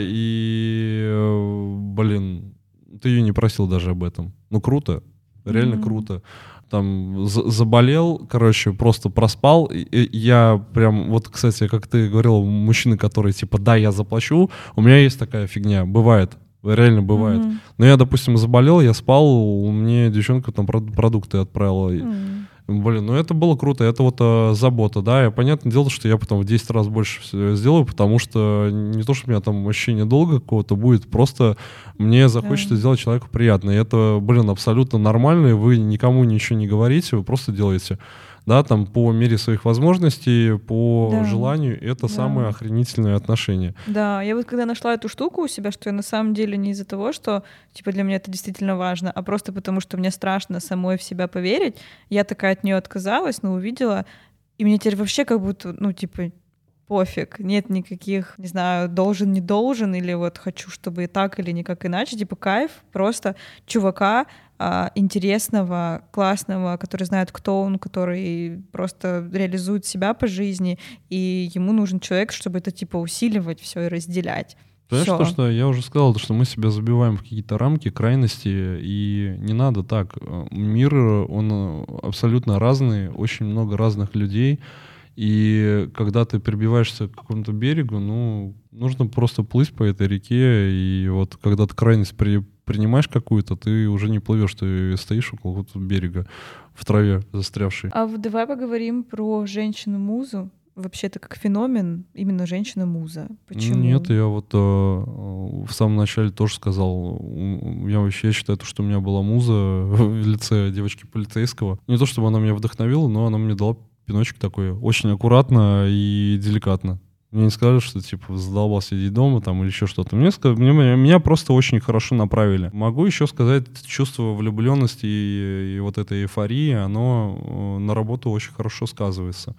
и, блин, ты ее не просил даже об этом. Ну, круто. Реально круто. Там заболел, короче, просто проспал. И я прям, вот, кстати, как ты говорил, мужчины, которые типа, да, я заплачу, у меня есть такая фигня, бывает, реально бывает. Но я, допустим, заболел, я спал, мне девчонка там продукты отправила. Блин, ну это было круто, это вот забота, да, и понятное дело, что я потом в 10 раз больше сделаю, потому что не то, что у меня там ощущение долга какого-то будет, просто мне захочется сделать человеку приятно, и это, блин, абсолютно нормально, и вы никому ничего не говорите, вы просто делаете, да, там по мере своих возможностей, по желанию, это самые охренительные отношения. Да, я вот когда нашла эту штуку у себя, что я на самом деле не из-за того, что, типа, для меня это действительно важно, а просто потому, что мне страшно самой в себя поверить, я такая от нее отказалась, но увидела, и мне теперь вообще как будто, ну, типа, пофиг, нет никаких, не знаю, должен, не должен, или вот хочу, чтобы и так, или никак иначе, типа, кайф, просто чувака, интересного, классного, который знает, кто он, который просто реализует себя по жизни, и ему нужен человек, чтобы это типа усиливать все и разделять. Понимаешь, то, что я уже сказал, что мы себя забиваем в какие-то рамки, крайности, и не надо так. Мир, он абсолютно разный, очень много разных людей, и когда ты прибиваешься к какому-то берегу, ну, нужно просто плыть по этой реке, и вот когда ты крайность принимаешь какую-то, ты уже не плывешь, ты стоишь около какого-то берега в траве застрявшей. А давай поговорим про женщину-музу. Вообще это как феномен именно женщина-муза. Почему? Нет, я вот в самом начале тоже сказал, я считаю, что у меня была муза в лице девочки полицейского. Не то чтобы она меня вдохновила, но она мне дала пиночек такой, очень аккуратно и деликатно. Мне не сказали, что, типа, задолбался сидеть дома там или еще что-то. Меня просто очень хорошо направили. Могу еще сказать, чувство влюбленности и вот этой эйфории, оно на работу очень хорошо сказывается.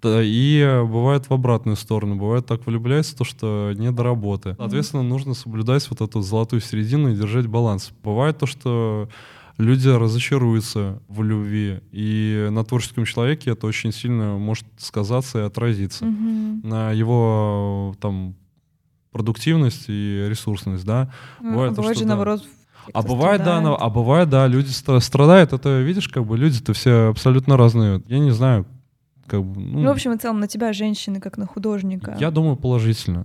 И бывает в обратную сторону. Бывает так влюбляется, то, что не до работы. Соответственно, нужно соблюдать вот эту золотую середину и держать баланс. Бывает то, что люди разочаруются в любви, и на творческом человеке это очень сильно может сказаться и отразиться на его там продуктивность и ресурсность, да. Бывает то, что наоборот. Бывает, да, люди страдают. Это, видишь, как бы люди-то все абсолютно разные. Я не знаю, как бы. Ну, в общем и целом, на тебя женщины, как на художника. Я думаю, положительно.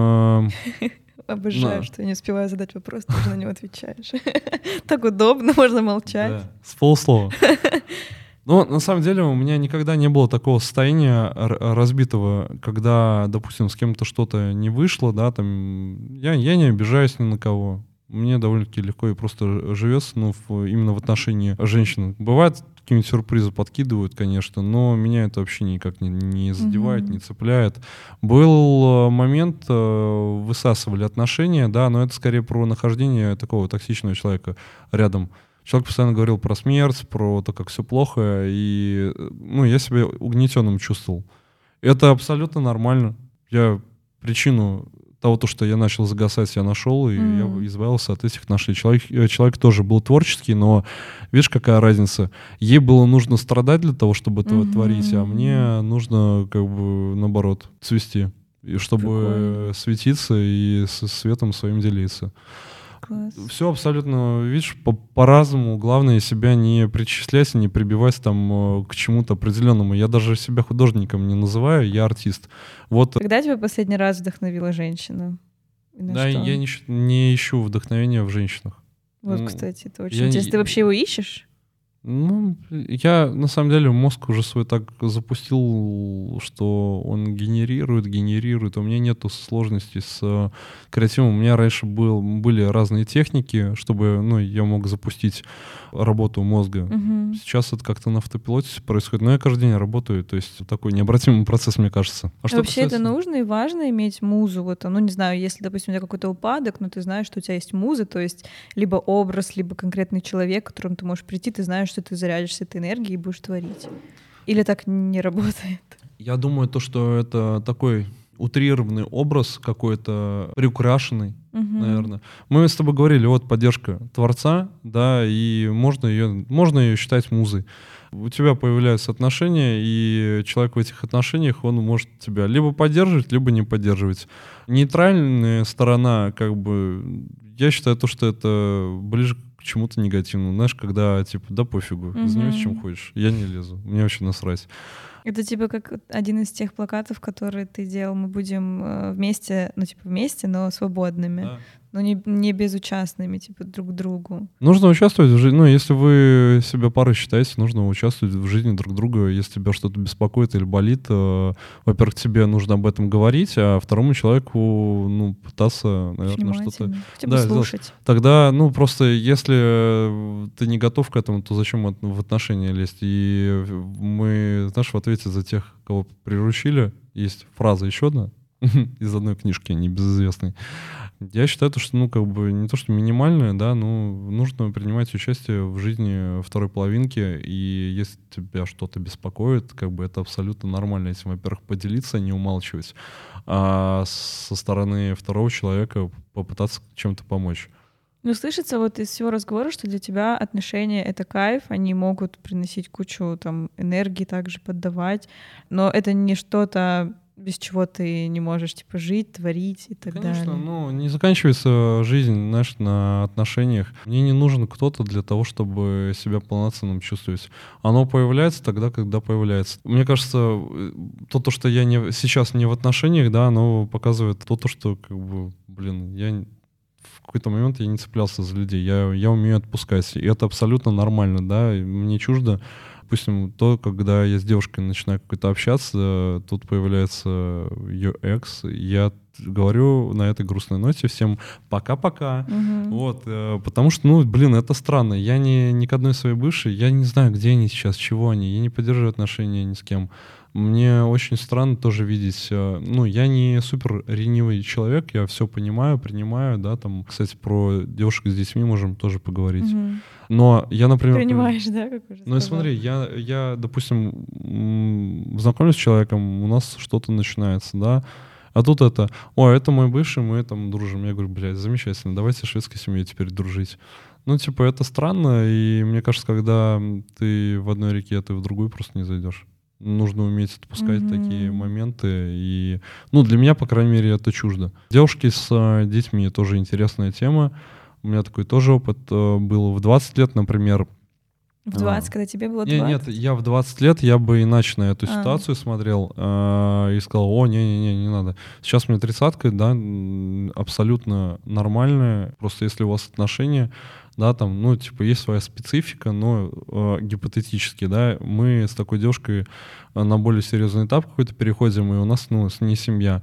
Обожаю, что я не успеваю задать вопрос, ты уже на него отвечаешь. Так удобно, можно молчать. Да, с полуслова. Но на самом деле у меня никогда не было такого состояния разбитого, когда, допустим, с кем-то что-то не вышло, да, там, я не обижаюсь ни на кого. Мне довольно-таки легко и просто живется, ну, именно в отношении женщин. Бывает, какие-нибудь сюрпризы подкидывают, конечно, но меня это вообще никак не задевает, не цепляет. Был момент, высасывали отношения, да, но это скорее про нахождение такого токсичного человека рядом. Человек постоянно говорил про смерть, про то, как все плохо, и, ну, я себя угнетенным чувствовал. Это абсолютно нормально. Я причину того, что я начал загасать, я нашел, и я избавился от этих отношений. Человек тоже был творческий, но видишь, какая разница? Ей было нужно страдать для того, чтобы этого творить, а мне нужно, как бы, наоборот, цвести, и чтобы светиться и со светом своим делиться. Класс. Все абсолютно, видишь, по-разному. Главное себя не причислять, не прибивать там к чему-то определенному. Я даже себя художником не называю, я артист. Вот. Когда тебя последний раз вдохновила женщина? Да, я не ищу вдохновения в женщинах. Вот, кстати, это очень интересно. Ты вообще его ищешь? Ну, я на самом деле мозг уже свой так запустил, что он генерирует. У меня нету сложностей с креативом. У меня раньше были разные техники, чтобы, ну, я мог запустить работу мозга. Сейчас это как-то на автопилоте происходит, но я каждый день работаю, то есть такой необратимый процесс, мне кажется. А что вообще это нужно и важно иметь музу, вот, ну, не знаю, если, допустим, у тебя какой-то упадок, но ты знаешь, что у тебя есть муза, то есть либо образ, либо конкретный человек, к которому ты можешь прийти, ты знаешь, что ты зарядишься этой энергией и будешь творить. Или так не работает? Я думаю, то, что это такой утрированный образ какой-то, приукрашенный, наверное. Мы с тобой говорили, вот поддержка Творца, да, и можно ее считать музой. У тебя появляются отношения, и человек в этих отношениях, он может тебя либо поддерживать, либо не поддерживать. Нейтральная сторона, как бы, я считаю то, что это ближе к чему-то негативному. Знаешь, когда, типа, да пофигу, занимайся чем хочешь, я не лезу, мне вообще насрать. Это типа как один из тех плакатов, которые ты делал, мы будем вместе, ну типа вместе, но свободными, да. Но не безучастными, типа друг к другу. Нужно участвовать в жизни, ну если вы себя парой считаете, нужно участвовать в жизни друг друга. Если тебя что-то беспокоит или болит, во-первых, тебе нужно об этом говорить, а второму человеку, ну, пытаться, наверное, что-то... Хотя бы слушать. Тогда, ну, просто если ты не готов к этому, то зачем в отношения лезть? И мы, знаешь, в ответе за тех, кого приручили, есть фраза еще одна из одной книжки, небезызвестной. Я считаю, что, ну, как бы не то, что минимальное, да, но нужно принимать участие в жизни второй половинки, и если тебя что-то беспокоит, как бы это абсолютно нормально этим, во-первых, поделиться, не умалчивать, а со стороны второго человека попытаться чем-то помочь. Ну, слышится вот из всего разговора, что для тебя отношения — это кайф, они могут приносить кучу там энергии, также поддавать, но это не что-то, без чего ты не можешь, типа, жить, творить и так далее. Конечно, ну, не заканчивается жизнь, знаешь, на отношениях. Мне не нужен кто-то для того, чтобы себя полноценным чувствовать. Оно появляется тогда, когда появляется. Мне кажется, то, что я сейчас не в отношениях, да, оно показывает то, что, как бы, блин, в какой-то момент я не цеплялся за людей. Я умею отпускать. И это абсолютно нормально, да. Мне чуждо. Допустим, когда я с девушкой начинаю как-то общаться, тут появляется ее экс, я говорю на этой грустной ноте всем пока-пока. Вот, потому что, ну, блин, это странно. Я ни к одной своей бывшей, я не знаю, где они сейчас, чего они, я не поддерживаю отношения ни с кем. Мне очень странно тоже видеть, ну, я не супер ревнивый человек, я все понимаю, принимаю, да, там, кстати, про девушек с детьми можем тоже поговорить. Но я, например... Принимаешь, да, как уже сказал. Ну и смотри, я, допустим, знакомлюсь с человеком, у нас что-то начинается, да, а тут это мой бывший, мы там дружим. Я говорю, блядь, замечательно, давайте шведской семьей теперь дружить. Ну, типа, это странно, и мне кажется, когда ты в одной реке, ты в другую просто не зайдешь. Нужно уметь отпускать такие моменты. И, ну, для меня, по крайней мере, это чуждо. Девушки с детьми тоже интересная тема. У меня такой тоже опыт был в 20 лет, например. В 20, когда тебе было 20? Нет, я в 20 лет, я бы иначе на эту ситуацию смотрел и сказал, не надо. Сейчас мне 30-ка, да, абсолютно нормальная. Просто если у вас отношения, да, там, ну, типа, есть своя специфика, но гипотетически, да, мы с такой девушкой на более серьезный этап какой-то переходим, и у нас, ну, не семья.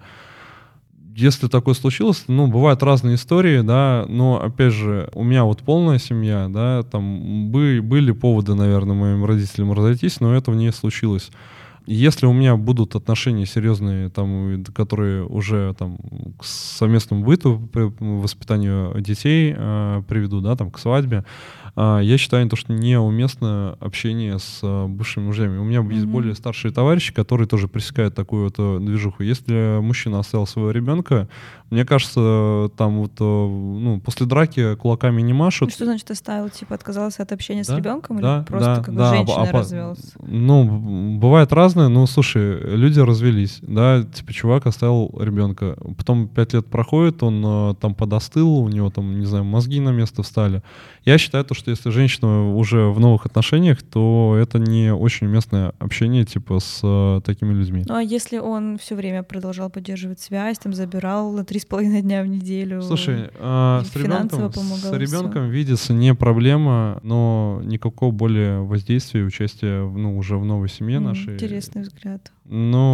Если такое случилось, ну, бывают разные истории, да, но, опять же, у меня вот полная семья, да, там были поводы, наверное, моим родителям разойтись, но этого не случилось. Если у меня будут отношения серьезные, там, которые уже там, к совместному быту, воспитанию детей приведут, да, там, к свадьбе, я считаю, что неуместно общение с бывшими мужьями. У меня есть более старшие товарищи, которые тоже пресекают такую вот движуху. Если мужчина оставил своего ребенка, мне кажется, там вот, ну, после драки кулаками не машут. Что значит оставил? Типа отказался от общения с ребенком да, или просто как бы женщина развелся? Ну, бывает разное, но, слушай, люди развелись, да, типа чувак оставил ребенка. Потом 5 лет проходит, он там подостыл, у него там, не знаю, мозги на место встали. Я считаю, что если женщина уже в новых отношениях, то это не очень уместное общение, типа, с такими людьми. Ну, а если он все время продолжал поддерживать связь, там, забирал на 3,5 дня в неделю? Слушай, с ребенком видеться не проблема, но никакого более воздействия и участия, ну, уже в новой семье нашей. Интересный взгляд. Но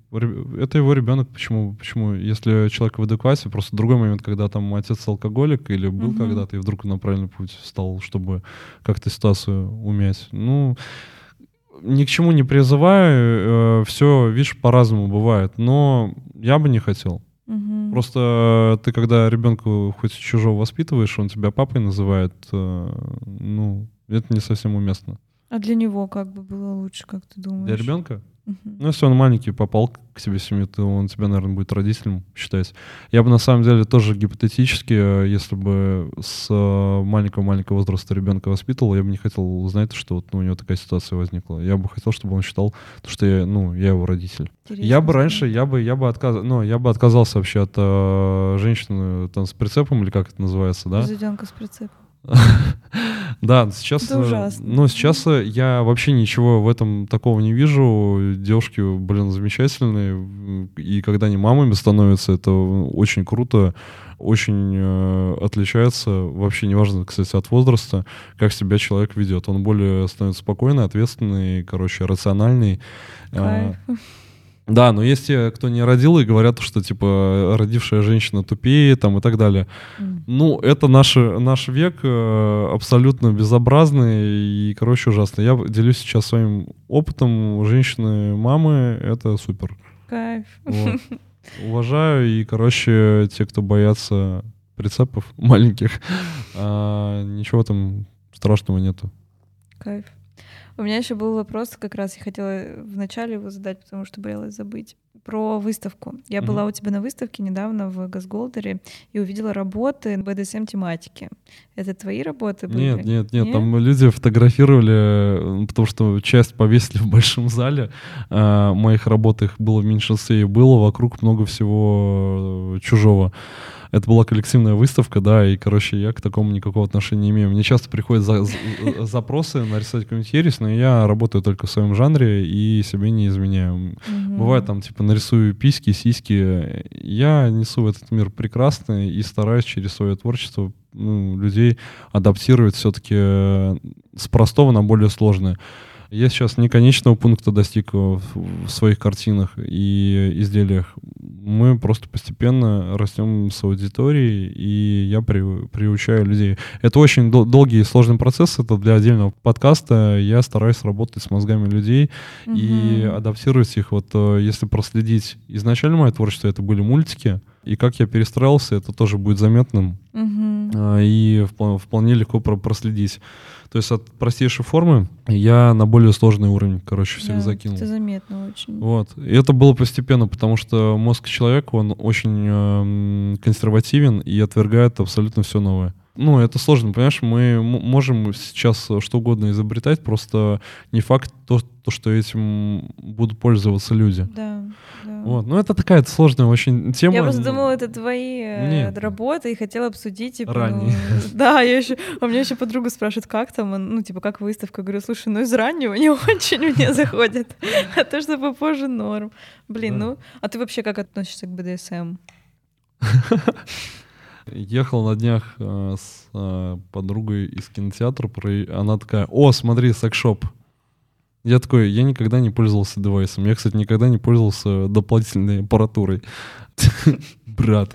Это его ребенок. Почему? Если человек в адеквате, просто другой момент, когда там отец алкоголик или был когда-то, и вдруг на правильный путь встал, чтобы как-то ситуацию умять. Ну, ни к чему не призываю. Все, видишь, по-разному бывает. Но я бы не хотел. Просто ты, когда ребенка хоть чужого воспитываешь, он тебя папой называет, ну, это не совсем уместно. А для него как бы было лучше, как ты думаешь? Для ребенка? Ну, если он маленький, попал к себе в семью, то он тебя, наверное, будет родителем считать. Я бы, на самом деле, тоже гипотетически, если бы с маленького-маленького возраста ребенка воспитывал, я бы не хотел узнать, что вот, ну, у него такая ситуация возникла. Я бы хотел, чтобы он считал, что я его родитель. Интересно, я бы раньше, я бы отказался вообще от женщины там с прицепом, или как это называется, да? Разведенка с прицепом. Да, сейчас, сейчас я вообще ничего в этом такого не вижу. Девушки, замечательные. И когда они мамами становятся, это очень круто, очень отличается. Вообще неважно, кстати, от возраста, как себя человек ведет. Он более становится спокойный, ответственный, рациональный. Кайф. Да, но есть те, кто не родил, и говорят, что, типа, родившая женщина тупее, там, и так далее. Ну, это наш век абсолютно безобразный и, ужасно. Я делюсь сейчас своим опытом. Женщины-мамы — это супер. Кайф. Вот. Уважаю, и, те, кто боятся прицепов маленьких, ничего там страшного нету. Кайф. У меня еще был вопрос, как раз я хотела вначале его задать, потому что боялась забыть, про выставку. Я была у тебя на выставке недавно в Газголдере и увидела работы BDSM-тематики. Это твои работы были? Нет. Там люди фотографировали, потому что часть повесили в большом зале. Моих работ их было в меньшинстве, и было вокруг много всего чужого. Это была коллективная выставка, да, и, я к такому никакого отношения не имею. Мне часто приходят запросы нарисовать какую-нибудь ересь, но я работаю только в своем жанре и себе не изменяю. Бывает там, типа, нарисую письки, сиськи. Я несу в этот мир прекрасно и стараюсь через свое творчество людей адаптировать все-таки с простого на более сложное. Я сейчас не конечного пункта достиг в своих картинах и изделиях. Мы просто постепенно растем с аудиторией, и я приучаю людей. Это очень долгий и сложный процесс, это для отдельного подкаста. Я стараюсь работать с мозгами людей и адаптировать их. Вот если проследить изначально мое творчество, это были мультики, и как я перестраивался, это тоже будет заметным. И вполне легко проследить. То есть от простейшей формы я на более сложный уровень, всех закинул. Это заметно очень. Вот. И это было постепенно, потому что мозг человека, он очень консервативен и отвергает абсолютно все новое. Ну, это сложно, понимаешь? Мы можем сейчас что угодно изобретать, просто не факт то, что этим будут пользоваться люди. Да. Вот. Ну, это такая сложная очень тема. Я просто думала, это твои работы, и хотела обсудить. Ранее. Да, у меня еще подруга спрашивает, как там, как выставка. Я говорю, слушай, из раннего не очень мне заходит, а то, что попозже норм. Блин, а ты вообще как относишься к БДСМ? Ехал на днях с подругой из кинотеатра, она такая: о, смотри, секс-шоп. Я такой: я никогда не пользовался девайсом. Я, кстати, никогда не пользовался дополнительной аппаратурой. Брат.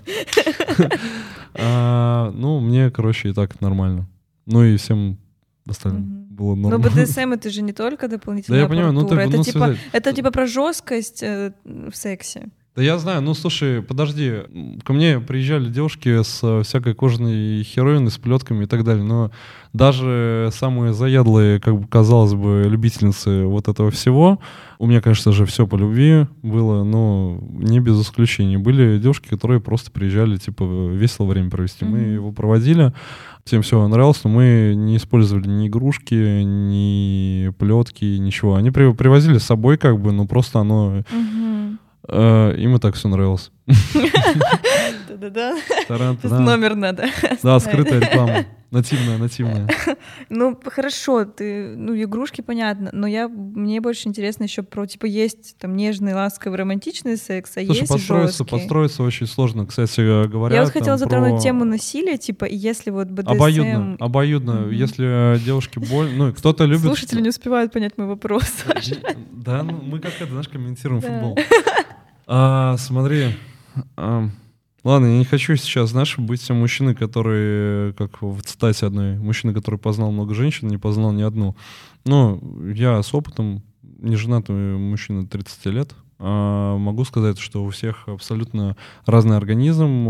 Мне, и так нормально. Ну и всем остальным было нормально. Но БДСМ — это же не только дополнительная аппаратура. Это типа про жесткость в сексе. Да я знаю, слушай, подожди, ко мне приезжали девушки с всякой кожаной херовиной, с плетками и так далее, но даже самые заядлые, казалось бы, любительницы вот этого всего, у меня, конечно же, все по любви было, но не без исключений. Были девушки, которые просто приезжали, типа, весело время провести. Мы его проводили, всем все нравилось, но мы не использовали ни игрушки, ни плетки, ничего. Они привозили с собой, но просто оно... Им и так все нравилось. Да-да-да. Номер надо. Да, скрытая реклама. Нативная. Ну, хорошо, игрушки, понятно, но мне больше интересно еще про, есть там нежный, ласковый, романтичный секс, а есть жесткий. Подстроиться очень сложно, кстати говоря. Я вот хотела затронуть тему насилия, если вот БДСМ... Обоюдно. Если девушке больно, кто-то любит... Слушатели не успевают понять мой вопрос. Да, мы комментируем футбол. Смотри, ладно, я не хочу сейчас, знаешь, быть мужчиной, который, как в цитате одной, мужчина, который познал много женщин, не познал ни одну. Но я с опытом, не женатый мужчина 30 лет, могу сказать, что у всех абсолютно разный организм,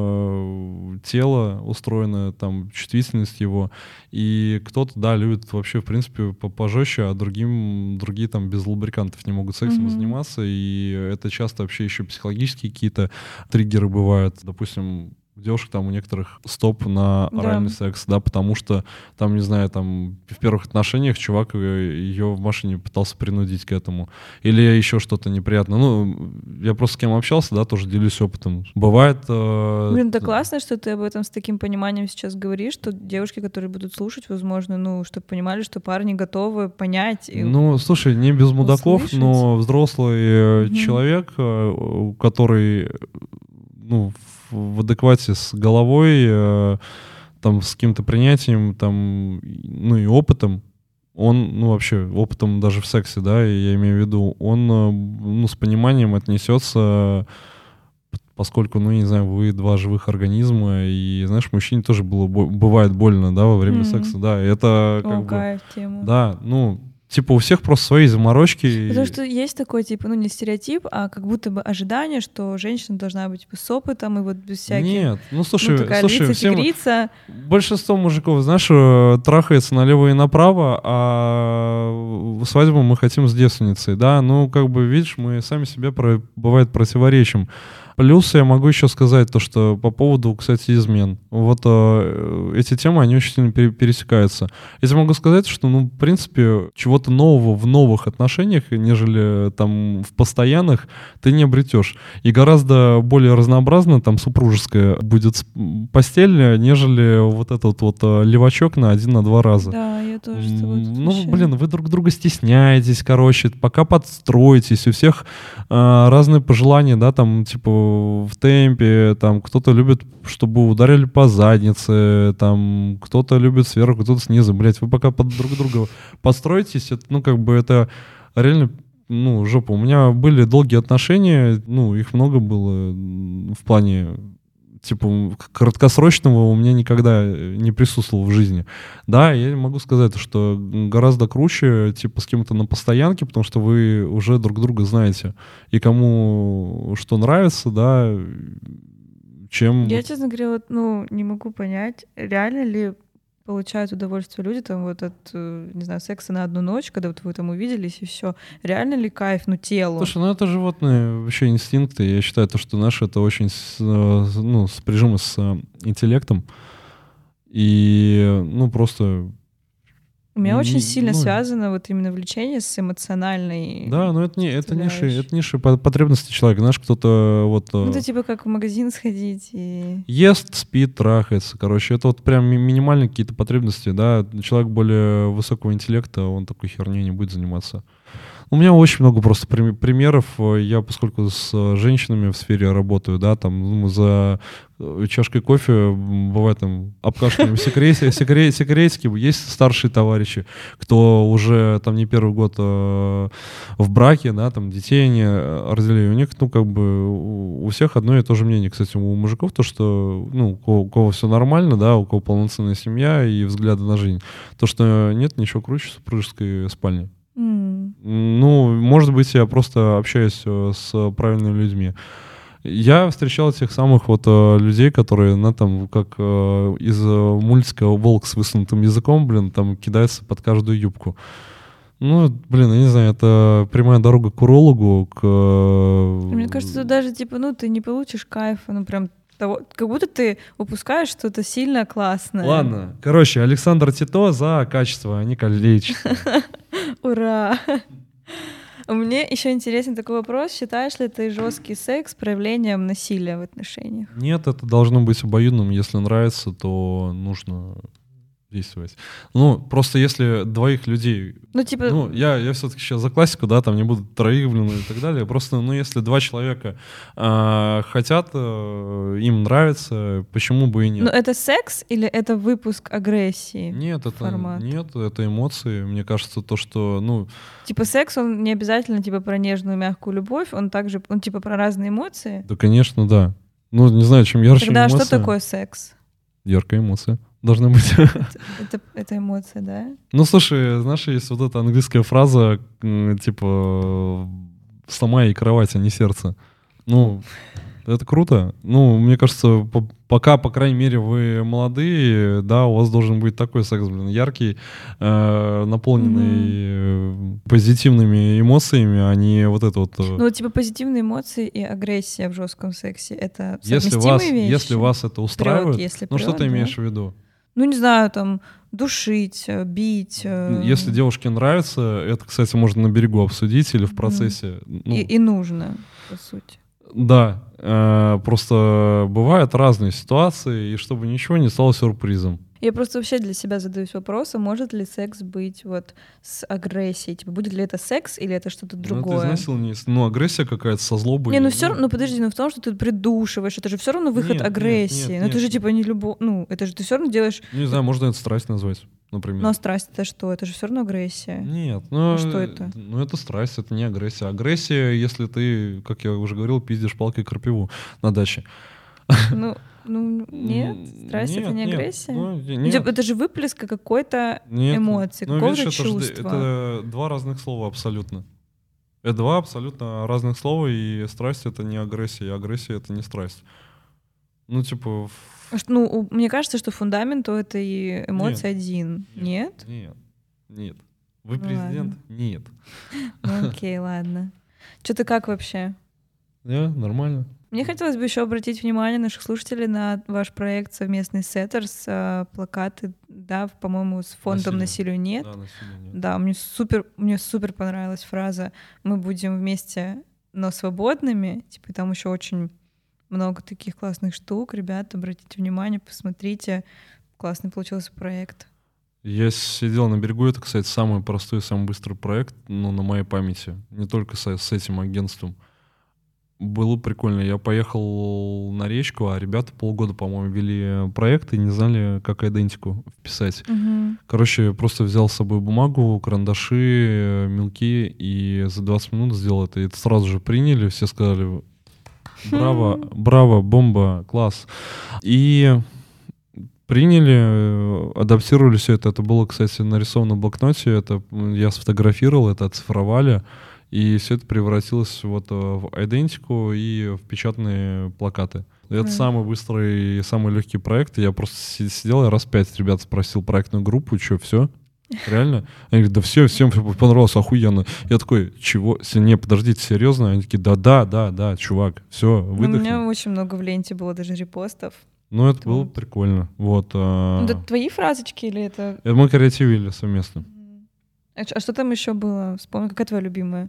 тело устроено, там, чувствительность его, и кто-то, да, любит вообще, в принципе, пожестче, а другие там без лубрикантов не могут сексом заниматься, и это часто вообще еще психологические какие-то триггеры бывают. Допустим, девушек там у некоторых стоп на оральный секс, да, потому что там, не знаю, там в первых отношениях чувак ее в машине пытался принудить к этому. Или еще что-то неприятное. Ну, я просто с кем общался, да, тоже делюсь опытом. Бывает... Блин, да классно, что ты об этом с таким пониманием сейчас говоришь, что девушки, которые будут слушать, возможно, ну, чтобы понимали, что парни готовы понять. И ну, слушай, не без мудаков, услышать. но взрослый человек, который, ну, в адеквате с головой, там, с каким-то принятием, там, ну, и опытом, он, ну, вообще, опытом даже в сексе, да, я имею в виду, он, ну, с пониманием отнесется, поскольку, ну, не знаю, вы два живых организма, и, знаешь, мужчине тоже бывает больно, да, во время секса, да, это как бы... Кайф, тема. Да, ну, типа у всех просто свои заморочки. Потому что есть такой, типа, ну не стереотип, а как будто бы ожидание, что женщина должна быть типа, с опытом и вот без всяких... Нет, ну слушай, такая слушай, львица-тигрица. Большинство мужиков, знаешь, трахается налево и направо, а свадьбу мы хотим с девственницей, да, ну как бы, видишь, мы сами себе бывает противоречим. Плюс я могу еще сказать то, что по поводу, кстати, измен. Вот эти темы, они очень сильно пересекаются. Я могу сказать, что, ну, в принципе, чего-то нового в новых отношениях, нежели там в постоянных, ты не обретешь. И гораздо более разнообразно там супружеская будет постель, нежели вот этот вот левачок на 1-2 раза. Да, я тоже с тобой тут Ну, блин, вы друг друга стесняетесь, короче, пока подстроитесь, у всех разные пожелания, да, там, типа, в темпе, там, кто-то любит, чтобы ударили по заднице, там, кто-то любит сверху, кто-то снизу, блять, вы пока под друг друга подстроитесь, это, ну, как бы, это реально, ну, жопа. У меня были долгие отношения, ну, их много было в плане, типа, краткосрочного у меня никогда не присутствовало в жизни. Да, я могу сказать, что гораздо круче, типа, с кем-то на постоянке, потому что вы уже друг друга знаете. И кому что нравится, да, чем... Я, честно говоря, вот, ну, не могу понять, реально ли получают удовольствие люди там вот от, не знаю, секса на одну ночь, когда вот вы там увиделись и все. Реально ли кайф, ну, телу? Слушай, ну это животные вообще инстинкты. Я считаю, то, что наши это очень ну, спряжимо с интеллектом. И, ну, просто... У меня очень сильно связано вот именно влечение с эмоциональной... Да, но это низшие потребности человека. Знаешь, кто-то вот... Ну, это типа как в магазин сходить и... Ест, спит, трахается. Короче, это вот прям минимальные какие-то потребности, да. Человек более высокого интеллекта, он такой херней не будет заниматься. У меня очень много просто примеров. Я, поскольку с женщинами в сфере работаю, да, там за чашкой кофе бывает там обкашливаем секретики. Есть старшие товарищи, кто уже там не первый год в браке, да, там детей они родили. У них, ну, как бы у всех одно и то же мнение. Кстати, у мужиков то, что, ну, у кого все нормально, да, у кого полноценная семья и взгляды на жизнь, то, что нет ничего круче супружеской спальни. Ну, может быть, я просто общаюсь с правильными людьми. Я встречал тех самых вот людей, которые, ну, там, как из мультика «Волк с высунутым языком», блин, там кидаются под каждую юбку. Ну, блин, я не знаю, это прямая дорога к урологу, Мне кажется, тут даже, типа, ну, ты не получишь кайфа, ну, прям того, как будто ты упускаешь что-то сильно классное. Ладно, короче, Александр Тито за качество, а не количество. Ура! Мне еще интересен такой вопрос. Считаешь ли ты жесткий секс проявлением насилия в отношениях? Нет, это должно быть обоюдным. Если нравится, то нужно действовать. Ну, просто если двоих людей... Ну, типа... Ну, я все-таки сейчас за классику, да, там не буду троих, блин, и так далее. Просто, ну, если два человека хотят, им нравится, почему бы и нет? Ну, это секс или это выпуск агрессии? Нет, это эмоции. Мне кажется, то, что, ну... Типа секс, он не обязательно типа про нежную, мягкую любовь, он также, он типа про разные эмоции? Да, конечно, да. Ну, не знаю, чем ярче Тогда эмоция... что такое секс? Яркая эмоция должна быть. Это эмоция, да? Ну, слушай, знаешь, есть вот эта английская фраза, типа, сломай кровать, а не сердце. Ну, это круто. Ну, мне кажется, пока, по крайней мере, вы молодые, да, у вас должен быть такой секс, блин, яркий, наполненный позитивными эмоциями, а не вот это вот... Ну, вот, типа, позитивные эмоции и агрессия в жестком сексе — это совместимые вещи? Если вас это устраивает, если ну, что ты да? имеешь в виду? Ну, не знаю, там, душить, бить. Если девушке нравится, это, кстати, можно на берегу обсудить или в процессе. Ну, и нужно, по сути. Да, просто бывают разные ситуации, и чтобы ничего не стало сюрпризом. Я просто вообще для себя задаюсь вопросом, может ли секс быть вот с агрессией? Типа, будет ли это секс или это что-то другое? Ну, это изнасилование, ну, агрессия какая-то со злобой. Не, ну все равно, ну подожди, ну в том, что ты придушиваешь, это же все равно выход агрессии. Ну это же типа не любовь, ну это же ты все равно делаешь... Не знаю, можно это страсть назвать, например. Ну а страсть это что? Это же все равно агрессия. Нет, ну... А что это? Ну это страсть, это не агрессия. Агрессия, если ты, как я уже говорил, пиздишь палкой крапиву на даче. Ну, нет, страсть — это не агрессия. Нет. Это же выплеск какой-то эмоции, какого-то чувства. Это два разных слова абсолютно. Это два абсолютно разных слова, и страсть — это не агрессия, и агрессия — это не страсть. Ну, типа... Ну, мне кажется, что фундамент у этой эмоции один. Нет? Нет. Вы президент? Ладно. Нет. Окей, ладно. Что ты как вообще? Нормально. Мне хотелось бы еще обратить внимание наших слушателей на ваш проект совместный Setters, плакаты, да, по-моему, с фондом «Насилию нет». Да, насилию нет. Да, мне супер понравилась фраза «Мы будем вместе, но свободными». Типа там еще очень много таких классных штук. Ребята, обратите внимание, посмотрите. Классный получился проект. Я сидел на берегу. Это, кстати, самый простой и самый быстрый проект, ну, на моей памяти. Не только с этим агентством. Было прикольно. Я поехал на речку, а ребята полгода, по-моему, вели проект и не знали, как идентику вписать. Короче, просто взял с собой бумагу, карандаши, мелки и за 20 минут сделал это. И это сразу же приняли, все сказали: браво, бомба, класс. И приняли, адаптировали все это. Это было, кстати, нарисовано в блокноте. Это я сфотографировал, это оцифровали. И все это превратилось вот в идентику и в печатные плакаты. Это самый быстрый и самый легкий проект. Я просто сидел, я раз 5 ребят спросил проектную группу, что, все? Реально? Они говорят: да все, всем понравилось, охуенно. Я такой: чего? Не, подождите, серьезно? Они такие: да, чувак, все, выдохни. У меня очень много в ленте было даже репостов. Ну, это было прикольно. Вот. Это твои фразочки или это... Это мы креативили совместно. А что там еще было? Вспомни, какая твоя любимая?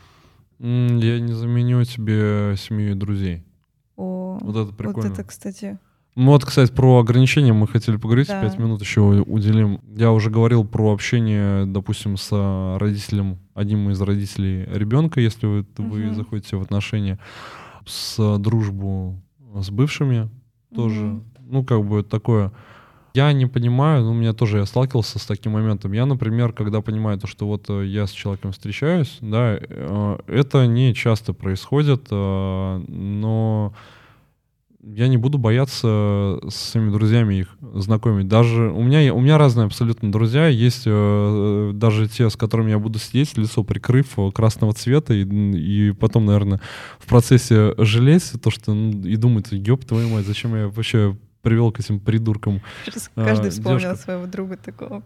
Я не заменю тебе семью и друзей. Вот это прикольно. Вот это, кстати... Вот, кстати, про ограничения мы хотели поговорить. Да. 5 минут еще уделим. Я уже говорил про общение, допустим, с родителем, одним из родителей ребенка, если вы заходите в отношения, с дружбу с бывшими тоже. Ну, как бы такое... Я не понимаю, но я сталкивался с таким моментом. Я, например, когда понимаю то, что вот я с человеком встречаюсь, да, это не часто происходит, но я не буду бояться с своими друзьями их знакомить. Даже у меня разные абсолютно друзья. Есть даже те, с которыми я буду сидеть, лицо прикрыв, красного цвета, и потом, наверное, в процессе жалеть то, что и думать: ёб твою мать, зачем я вообще привел к этим придуркам. Каждый вспомнил своего друга такого.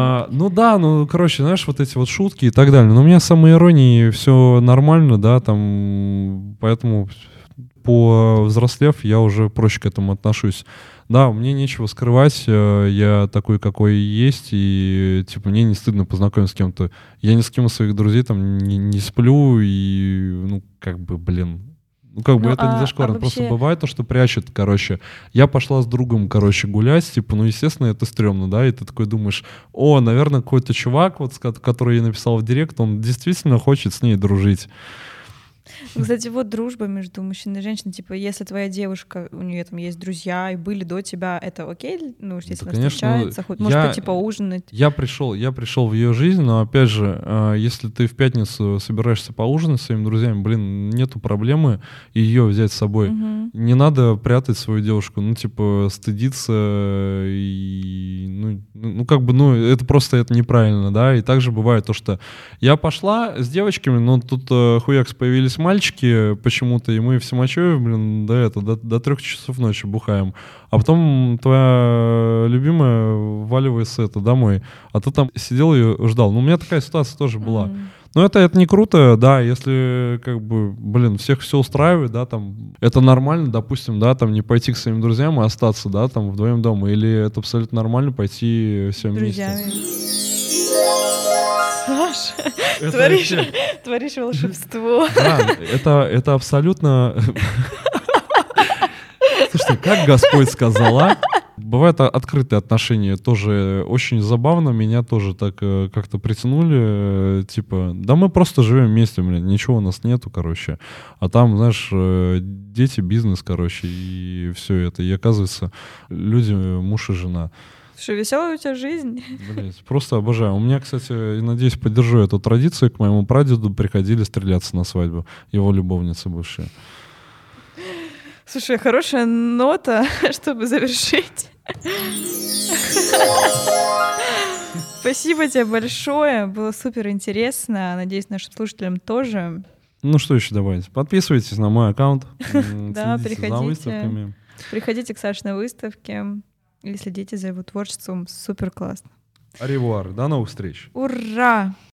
Короче, знаешь, вот эти вот шутки и так далее. Но у меня с самоиронией все нормально, да, там, поэтому повзрослев, я уже проще к этому отношусь. Да, мне нечего скрывать, я такой, какой есть, и, типа, мне не стыдно познакомиться с кем-то. Я ни с кем из своих друзей там не сплю, и, Ну, как бы Ну, это не зашкварно. Просто вообще, бывает то, что прячет, короче. Я пошла с другом, короче, гулять, типа, ну, естественно, это стрёмно, да, и ты такой думаешь, о, наверное, какой-то чувак, вот, который ей написал в директ, он действительно хочет с ней дружить. кстати, вот дружба между мужчиной и женщиной, типа, если твоя девушка, у нее там есть друзья и были до тебя, это окей? Ну, Да, если она конечно, ну, встречается, хоть, может пойти поужинать. я пришел в ее жизнь, но опять же, если ты в пятницу собираешься поужинать с своими друзьями, блин, нету проблемы ее взять с собой. Мгм. Не надо прятать свою девушку, ну, типа, стыдиться и, ну, как бы, ну, это просто это неправильно, да, и также бывает то, что я пошла с девочками, но тут хуякс появились мальчики почему-то, и мы в Симачеве, блин, до 3 часов ночи бухаем. А потом твоя любимая валивает с это домой, а ты там сидел и ждал. Ну, у меня такая ситуация тоже была. М. Но это не круто, да, если, как бы, блин, всех все устраивает, да, там, это нормально, допустим, да, там, не пойти к своим друзьям и остаться, да, там, вдвоем дома, или это абсолютно нормально пойти все вместе. Друзьями. Саша, Это творишь, вообще, творишь волшебство. да, это абсолютно... Слушайте, как Господь сказал, а? Бывают открытые отношения, тоже очень забавно, меня тоже так как-то притянули, типа, да мы просто живем вместе, блин, ничего у нас нету, короче, а там, знаешь, дети, бизнес, короче, и все это, и оказывается, люди, муж и жена. Слушай, веселая у тебя жизнь. Блять, просто обожаю. У меня, кстати, надеюсь, поддержу эту традицию, к моему прадеду приходили стреляться на свадьбу, его любовницы бывшие. Слушай, хорошая нота, чтобы завершить. Спасибо тебе большое, было супер интересно. Надеюсь, нашим слушателям тоже. Ну что еще добавить? Подписывайтесь на мой аккаунт, Да, следите за приходите. выставками. Приходите к Саше на выставке и следите за его творчеством. Супер классно. Аревуар, до новых встреч. Ура!